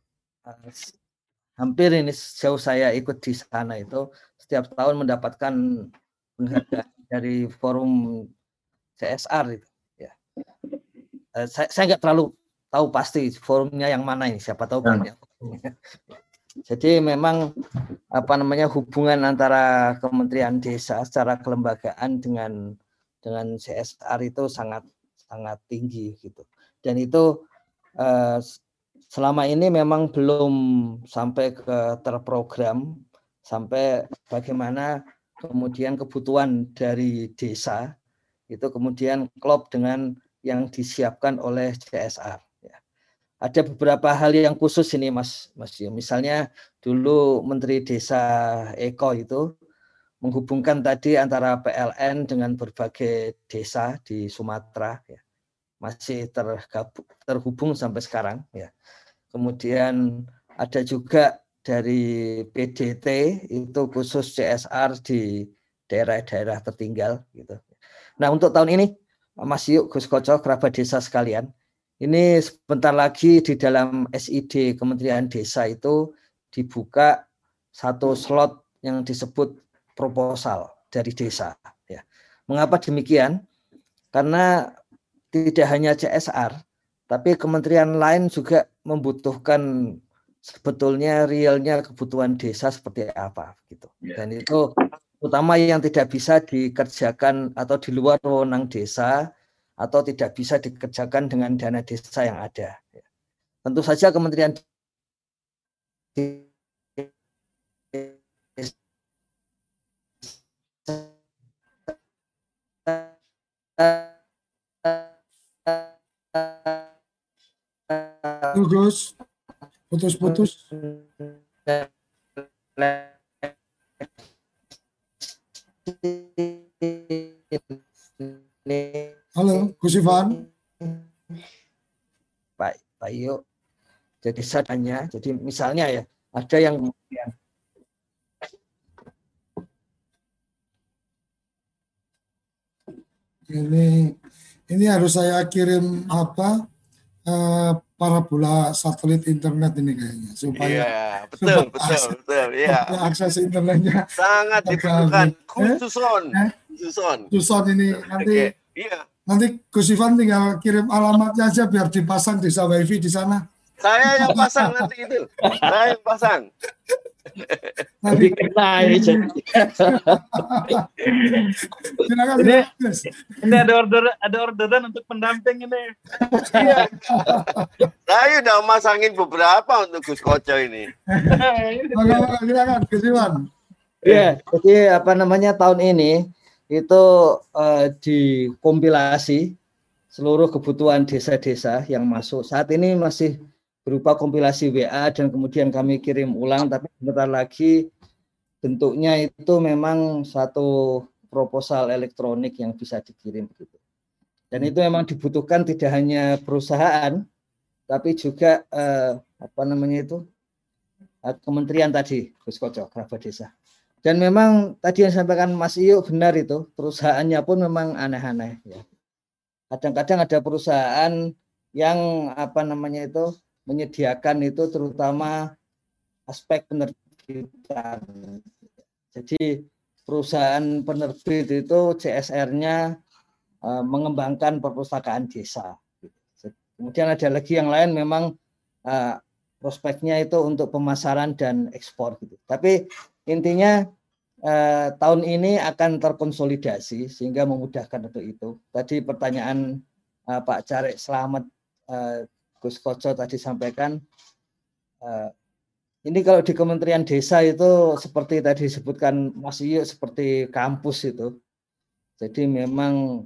Speaker 17: hampir ini sejauh saya ikut di sana itu setiap tahun mendapatkan penghargaan dari forum CSR itu. Ya. Saya nggak terlalu tahu pasti forumnya yang mana ini, siapa tahu banyak. Jadi memang hubungan antara Kementerian Desa secara kelembagaan dengan CSR itu sangat tinggi gitu. Dan itu selama ini memang belum sampai ke terprogram sampai bagaimana kemudian kebutuhan dari desa itu kemudian klop dengan yang disiapkan oleh CSR. Ada beberapa hal yang khusus ini Mas Yu. Misalnya dulu Menteri Desa Eko itu menghubungkan tadi antara PLN dengan berbagai desa di Sumatera, ya. Masih terhubung sampai sekarang, ya. Kemudian ada juga dari PDT itu khusus CSR di daerah-daerah tertinggal gitu. Nah, untuk tahun ini Mas Yu, Gus Koco, kerabat desa sekalian, ini sebentar lagi di dalam SID Kementerian Desa itu dibuka satu slot yang disebut proposal dari desa. Ya. Mengapa demikian? Karena tidak hanya CSR, tapi kementerian lain juga membutuhkan sebetulnya realnya kebutuhan desa seperti apa gitu. Dan itu utama yang tidak bisa dikerjakan atau di luar wewenang desa atau tidak bisa dikerjakan dengan dana desa yang ada. Tentu saja Kementerian
Speaker 10: Gus, putus-putus. Halo, Gus Ivan.
Speaker 17: Pak Yu. Jadi saya tanya, jadi misalnya ya, ada yang kemudian
Speaker 10: ini harus saya kirim apa parabola satelit internet ini kayaknya supaya
Speaker 12: betul ya.
Speaker 10: Akses internetnya
Speaker 12: sangat dibutuhkan Suson
Speaker 10: ini nanti nanti Gus Ivan tinggal kirim alamatnya aja biar dipasang desa wifi di sana.
Speaker 12: Saya yang pasang nanti itu. Saya yang pasang.
Speaker 17: Nanti kena ini.
Speaker 18: Ini ada orderan untuk pendamping ini.
Speaker 12: Iya. Saya udah masangin beberapa untuk Gus Koco ini.
Speaker 10: Silakan Gus Iwan.
Speaker 17: Iya, jadi apa namanya tahun ini itu dikompilasi seluruh kebutuhan desa-desa yang masuk. Saat ini masih berupa kompilasi WA dan kemudian kami kirim ulang, tapi sebentar lagi bentuknya itu memang satu proposal elektronik yang bisa dikirim begitu. Dan itu memang dibutuhkan tidak hanya perusahaan, tapi juga apa namanya itu kementerian tadi, Gus Koco, kerabat desa. Dan memang tadi yang disampaikan Mas Iyo benar itu, perusahaannya pun memang aneh-aneh. Ya. Kadang-kadang ada perusahaan yang apa namanya itu menyediakan itu terutama aspek penerbitan. Jadi perusahaan penerbit itu CSR-nya mengembangkan perpustakaan desa. Kemudian ada lagi yang lain memang prospeknya itu untuk pemasaran dan ekspor gitu. Tapi intinya tahun ini akan terkonsolidasi sehingga memudahkan untuk itu. Tadi pertanyaan Pak Carek Selamat Gus Koco tadi sampaikan, ini kalau di Kementerian Desa itu seperti tadi disebutkan Mas Iyo seperti kampus itu. Jadi memang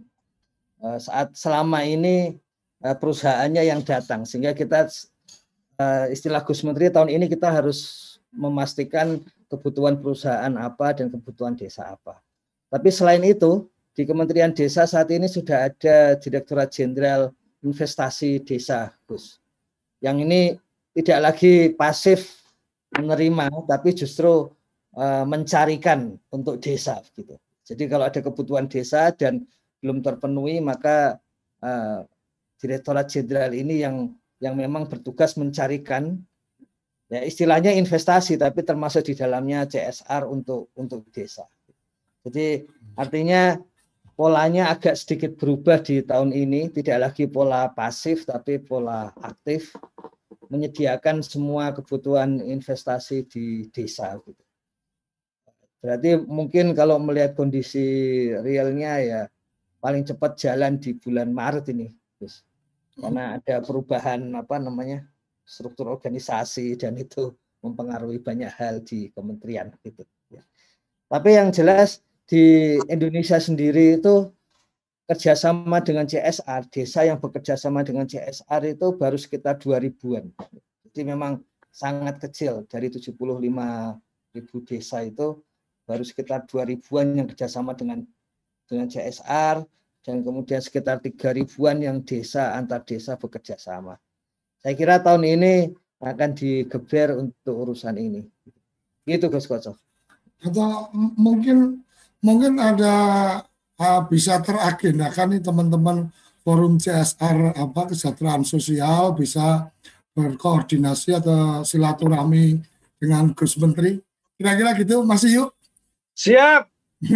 Speaker 17: selama ini perusahaannya yang datang sehingga kita istilah Gus Menteri tahun ini kita harus memastikan kebutuhan perusahaan apa dan kebutuhan desa apa. Tapi selain itu di Kementerian Desa saat ini sudah ada Direktorat Jenderal Investasi Desa, Gus. Yang ini tidak lagi pasif menerima, tapi justru mencarikan untuk desa, gitu. Jadi kalau ada kebutuhan desa dan belum terpenuhi, maka Direktorat Jenderal ini yang memang bertugas mencarikan, ya istilahnya investasi, tapi termasuk di dalamnya CSR untuk desa. Jadi artinya polanya agak sedikit berubah di tahun ini, tidak lagi pola pasif tapi pola aktif, menyediakan semua kebutuhan investasi di desa. Berarti mungkin kalau melihat kondisi realnya ya paling cepat jalan di bulan Maret ini, Gus. Karena ada perubahan apa namanya struktur organisasi dan itu mempengaruhi banyak hal di kementerian gitu. Tapi yang jelas di Indonesia sendiri itu kerjasama dengan CSR, desa yang bekerja sama dengan CSR itu baru sekitar 2000-an. Jadi memang sangat kecil, dari 75.000 desa itu baru sekitar 2000-an yang kerjasama dengan CSR dan kemudian sekitar 3000-an yang desa antar desa bekerja sama. Saya kira tahun ini akan digeber untuk urusan ini. Gitu Gus Koco.
Speaker 10: Atau mungkin ada bisa teragendakan nih teman-teman forum CSR kesejahteraan sosial bisa berkoordinasi atau silaturahmi dengan Gus Menteri. Kira-kira gitu Mas Iyo?
Speaker 18: Siap.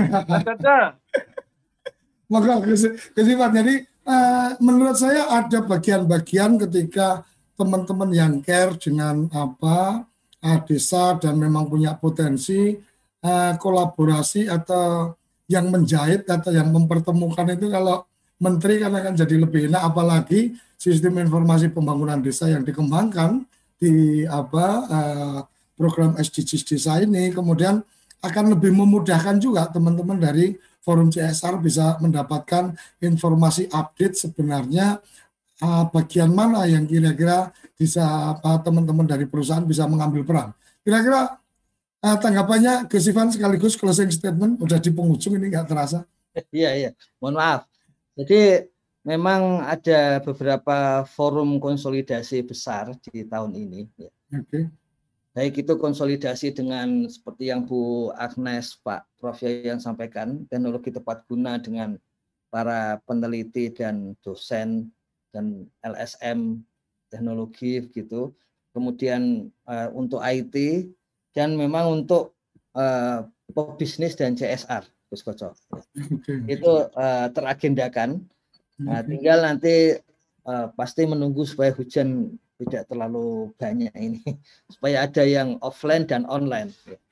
Speaker 10: Maka Gus Iwan, jadi menurut saya ada bagian-bagian ketika teman-teman yang care dengan desa dan memang punya potensi kolaborasi atau yang menjahit atau yang mempertemukan itu kalau menteri kan akan jadi lebih enak, apalagi sistem informasi pembangunan desa yang dikembangkan di program SDGs desa ini kemudian akan lebih memudahkan juga teman-teman dari forum CSR bisa mendapatkan informasi update sebenarnya bagian mana yang kira-kira bisa teman-teman dari perusahaan bisa mengambil peran. Kira-kira tanggapannya Gus Ivan sekaligus closing statement, udah di penghujung ini nggak terasa.
Speaker 17: Iya, mohon maaf. Jadi memang ada beberapa forum konsolidasi besar di tahun ini. Ya.
Speaker 10: Oke.
Speaker 17: baik itu konsolidasi dengan seperti yang Bu Agnes, Pak Prof yang sampaikan, teknologi tepat guna dengan para peneliti dan dosen dan LSM teknologi gitu. Kemudian untuk IT dan memang untuk pebisnis dan CSR, Gus Koco. Itu teragendakan. Nah, tinggal nanti pasti menunggu supaya hujan tidak terlalu banyak ini, supaya ada yang offline dan online.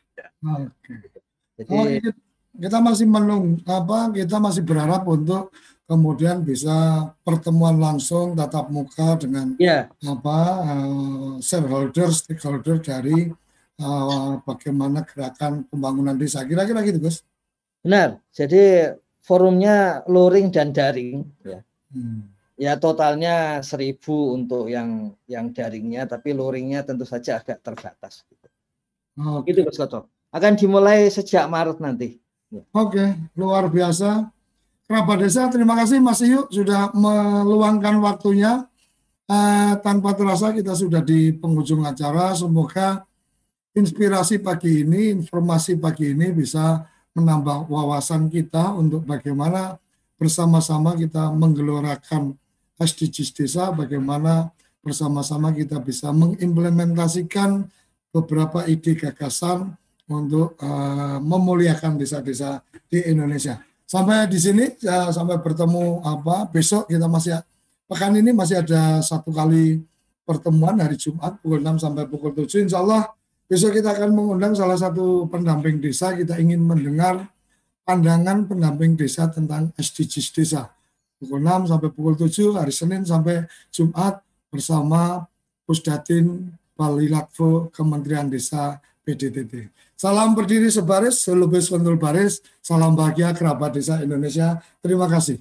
Speaker 10: Jadi kita masih kita masih berharap untuk kemudian bisa pertemuan langsung tatap muka dengan stakeholder dari bagaimana gerakan pembangunan desa. Kira-kira gitu, Gus.
Speaker 17: Benar. Jadi forumnya luring dan daring. Ya. Ya totalnya 1.000 untuk yang daringnya, tapi luringnya tentu saja agak terbatas. Gitu Mas Koco. Akan dimulai sejak Maret nanti.
Speaker 10: Oke, luar biasa. Kerabat Desa, terima kasih Mas Iyu sudah meluangkan waktunya. Tanpa terasa kita sudah di penghujung acara. Semoga inspirasi pagi ini, informasi pagi ini bisa menambah wawasan kita untuk bagaimana bersama-sama kita menggelorakan SDGs desa, bagaimana bersama-sama kita bisa mengimplementasikan beberapa ide gagasan untuk memuliakan desa-desa di Indonesia. Sampai di sini, sampai bertemu besok kita pekan ini masih ada 1 kali pertemuan hari Jumat pukul 6 sampai pukul 7. Insya Allah besok kita akan mengundang salah satu pendamping desa. Kita ingin mendengar pandangan pendamping desa tentang SDGs desa. Pukul 6 sampai pukul 7 hari Senin sampai Jumat bersama Pusdatin Balilatvo Kementerian Desa PDTT. Salam berdiri sebaris, selubis kontul baris, salam bahagia kerabat desa Indonesia. Terima kasih.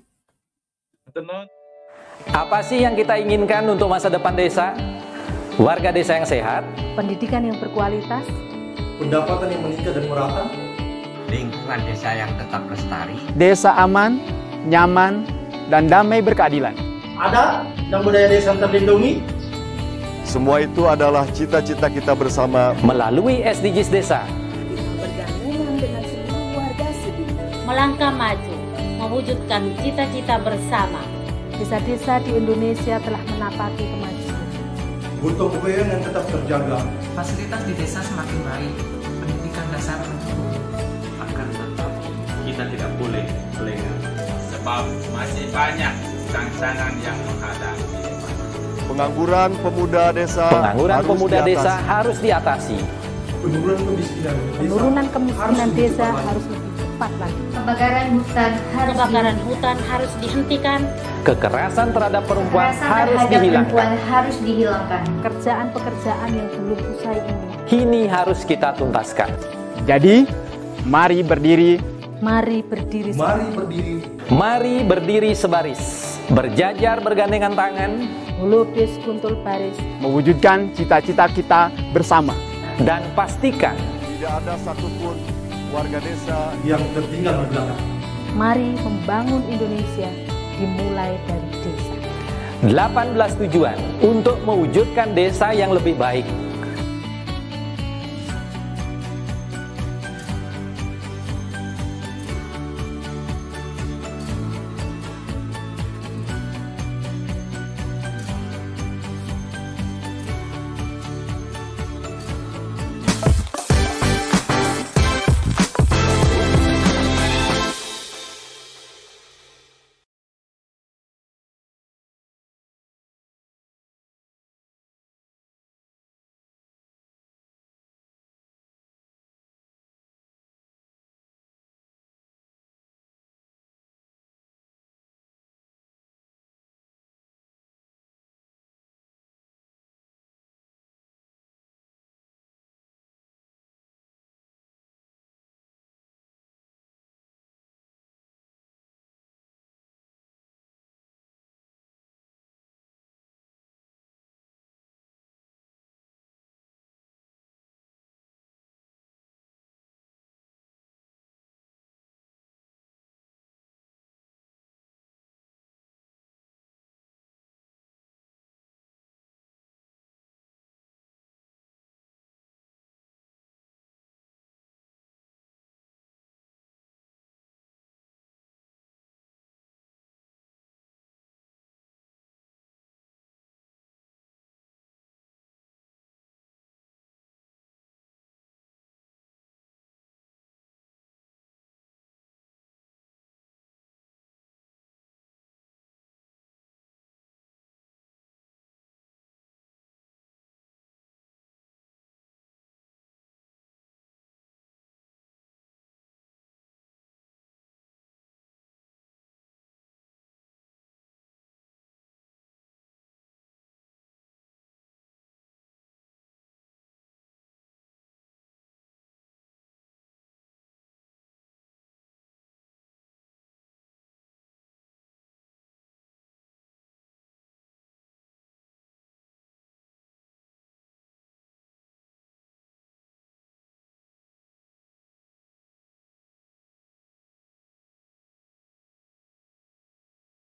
Speaker 1: Apa sih yang kita inginkan untuk masa depan desa? Warga desa yang sehat,
Speaker 2: pendidikan yang berkualitas,
Speaker 3: pendapatan yang meningkat dan merata,
Speaker 4: lingkungan desa yang tetap lestari,
Speaker 5: desa aman, nyaman, dan damai berkeadilan.
Speaker 3: Ada dan budaya desa terlindungi.
Speaker 6: Semua itu adalah cita-cita kita bersama
Speaker 1: melalui SDGs desa.
Speaker 7: Bergabung dengan seluruh warga sedunia. Melangkah maju, mewujudkan cita-cita bersama.
Speaker 2: Desa-desa di Indonesia telah menapaki kemajuan.
Speaker 3: Gotong royong yang tetap terjaga.
Speaker 8: Fasilitas di desa semakin baik. Pendidikan dasar mencukupi.
Speaker 9: Akan tetap kita tidak boleh lengah. Sebab masih banyak tantangan yang menghadapi.
Speaker 6: Pengangguran pemuda desa
Speaker 1: harus diatasi.
Speaker 2: Penurunan kemiskinan desa harus lebih cepat lagi.
Speaker 7: Kebakaran hutan harus dihentikan.
Speaker 1: Kekerasan terhadap perempuan
Speaker 15: harus dihilangkan.
Speaker 2: Pekerjaan-pekerjaan yang belum usai
Speaker 1: ini harus kita tuntaskan.
Speaker 5: Jadi, mari berdiri.
Speaker 2: Mari berdiri.
Speaker 1: Mari berdiri sebaris. Berjajar bergandengan tangan.
Speaker 2: Melukis kuntul baris.
Speaker 5: Mewujudkan cita-cita kita bersama.
Speaker 1: Dan pastikan
Speaker 6: tidak ada satupun warga desa
Speaker 3: yang tertinggal di belakang.
Speaker 2: Mari membangun Indonesia dimulai dari desa.
Speaker 1: 18 tujuan untuk mewujudkan desa yang lebih baik.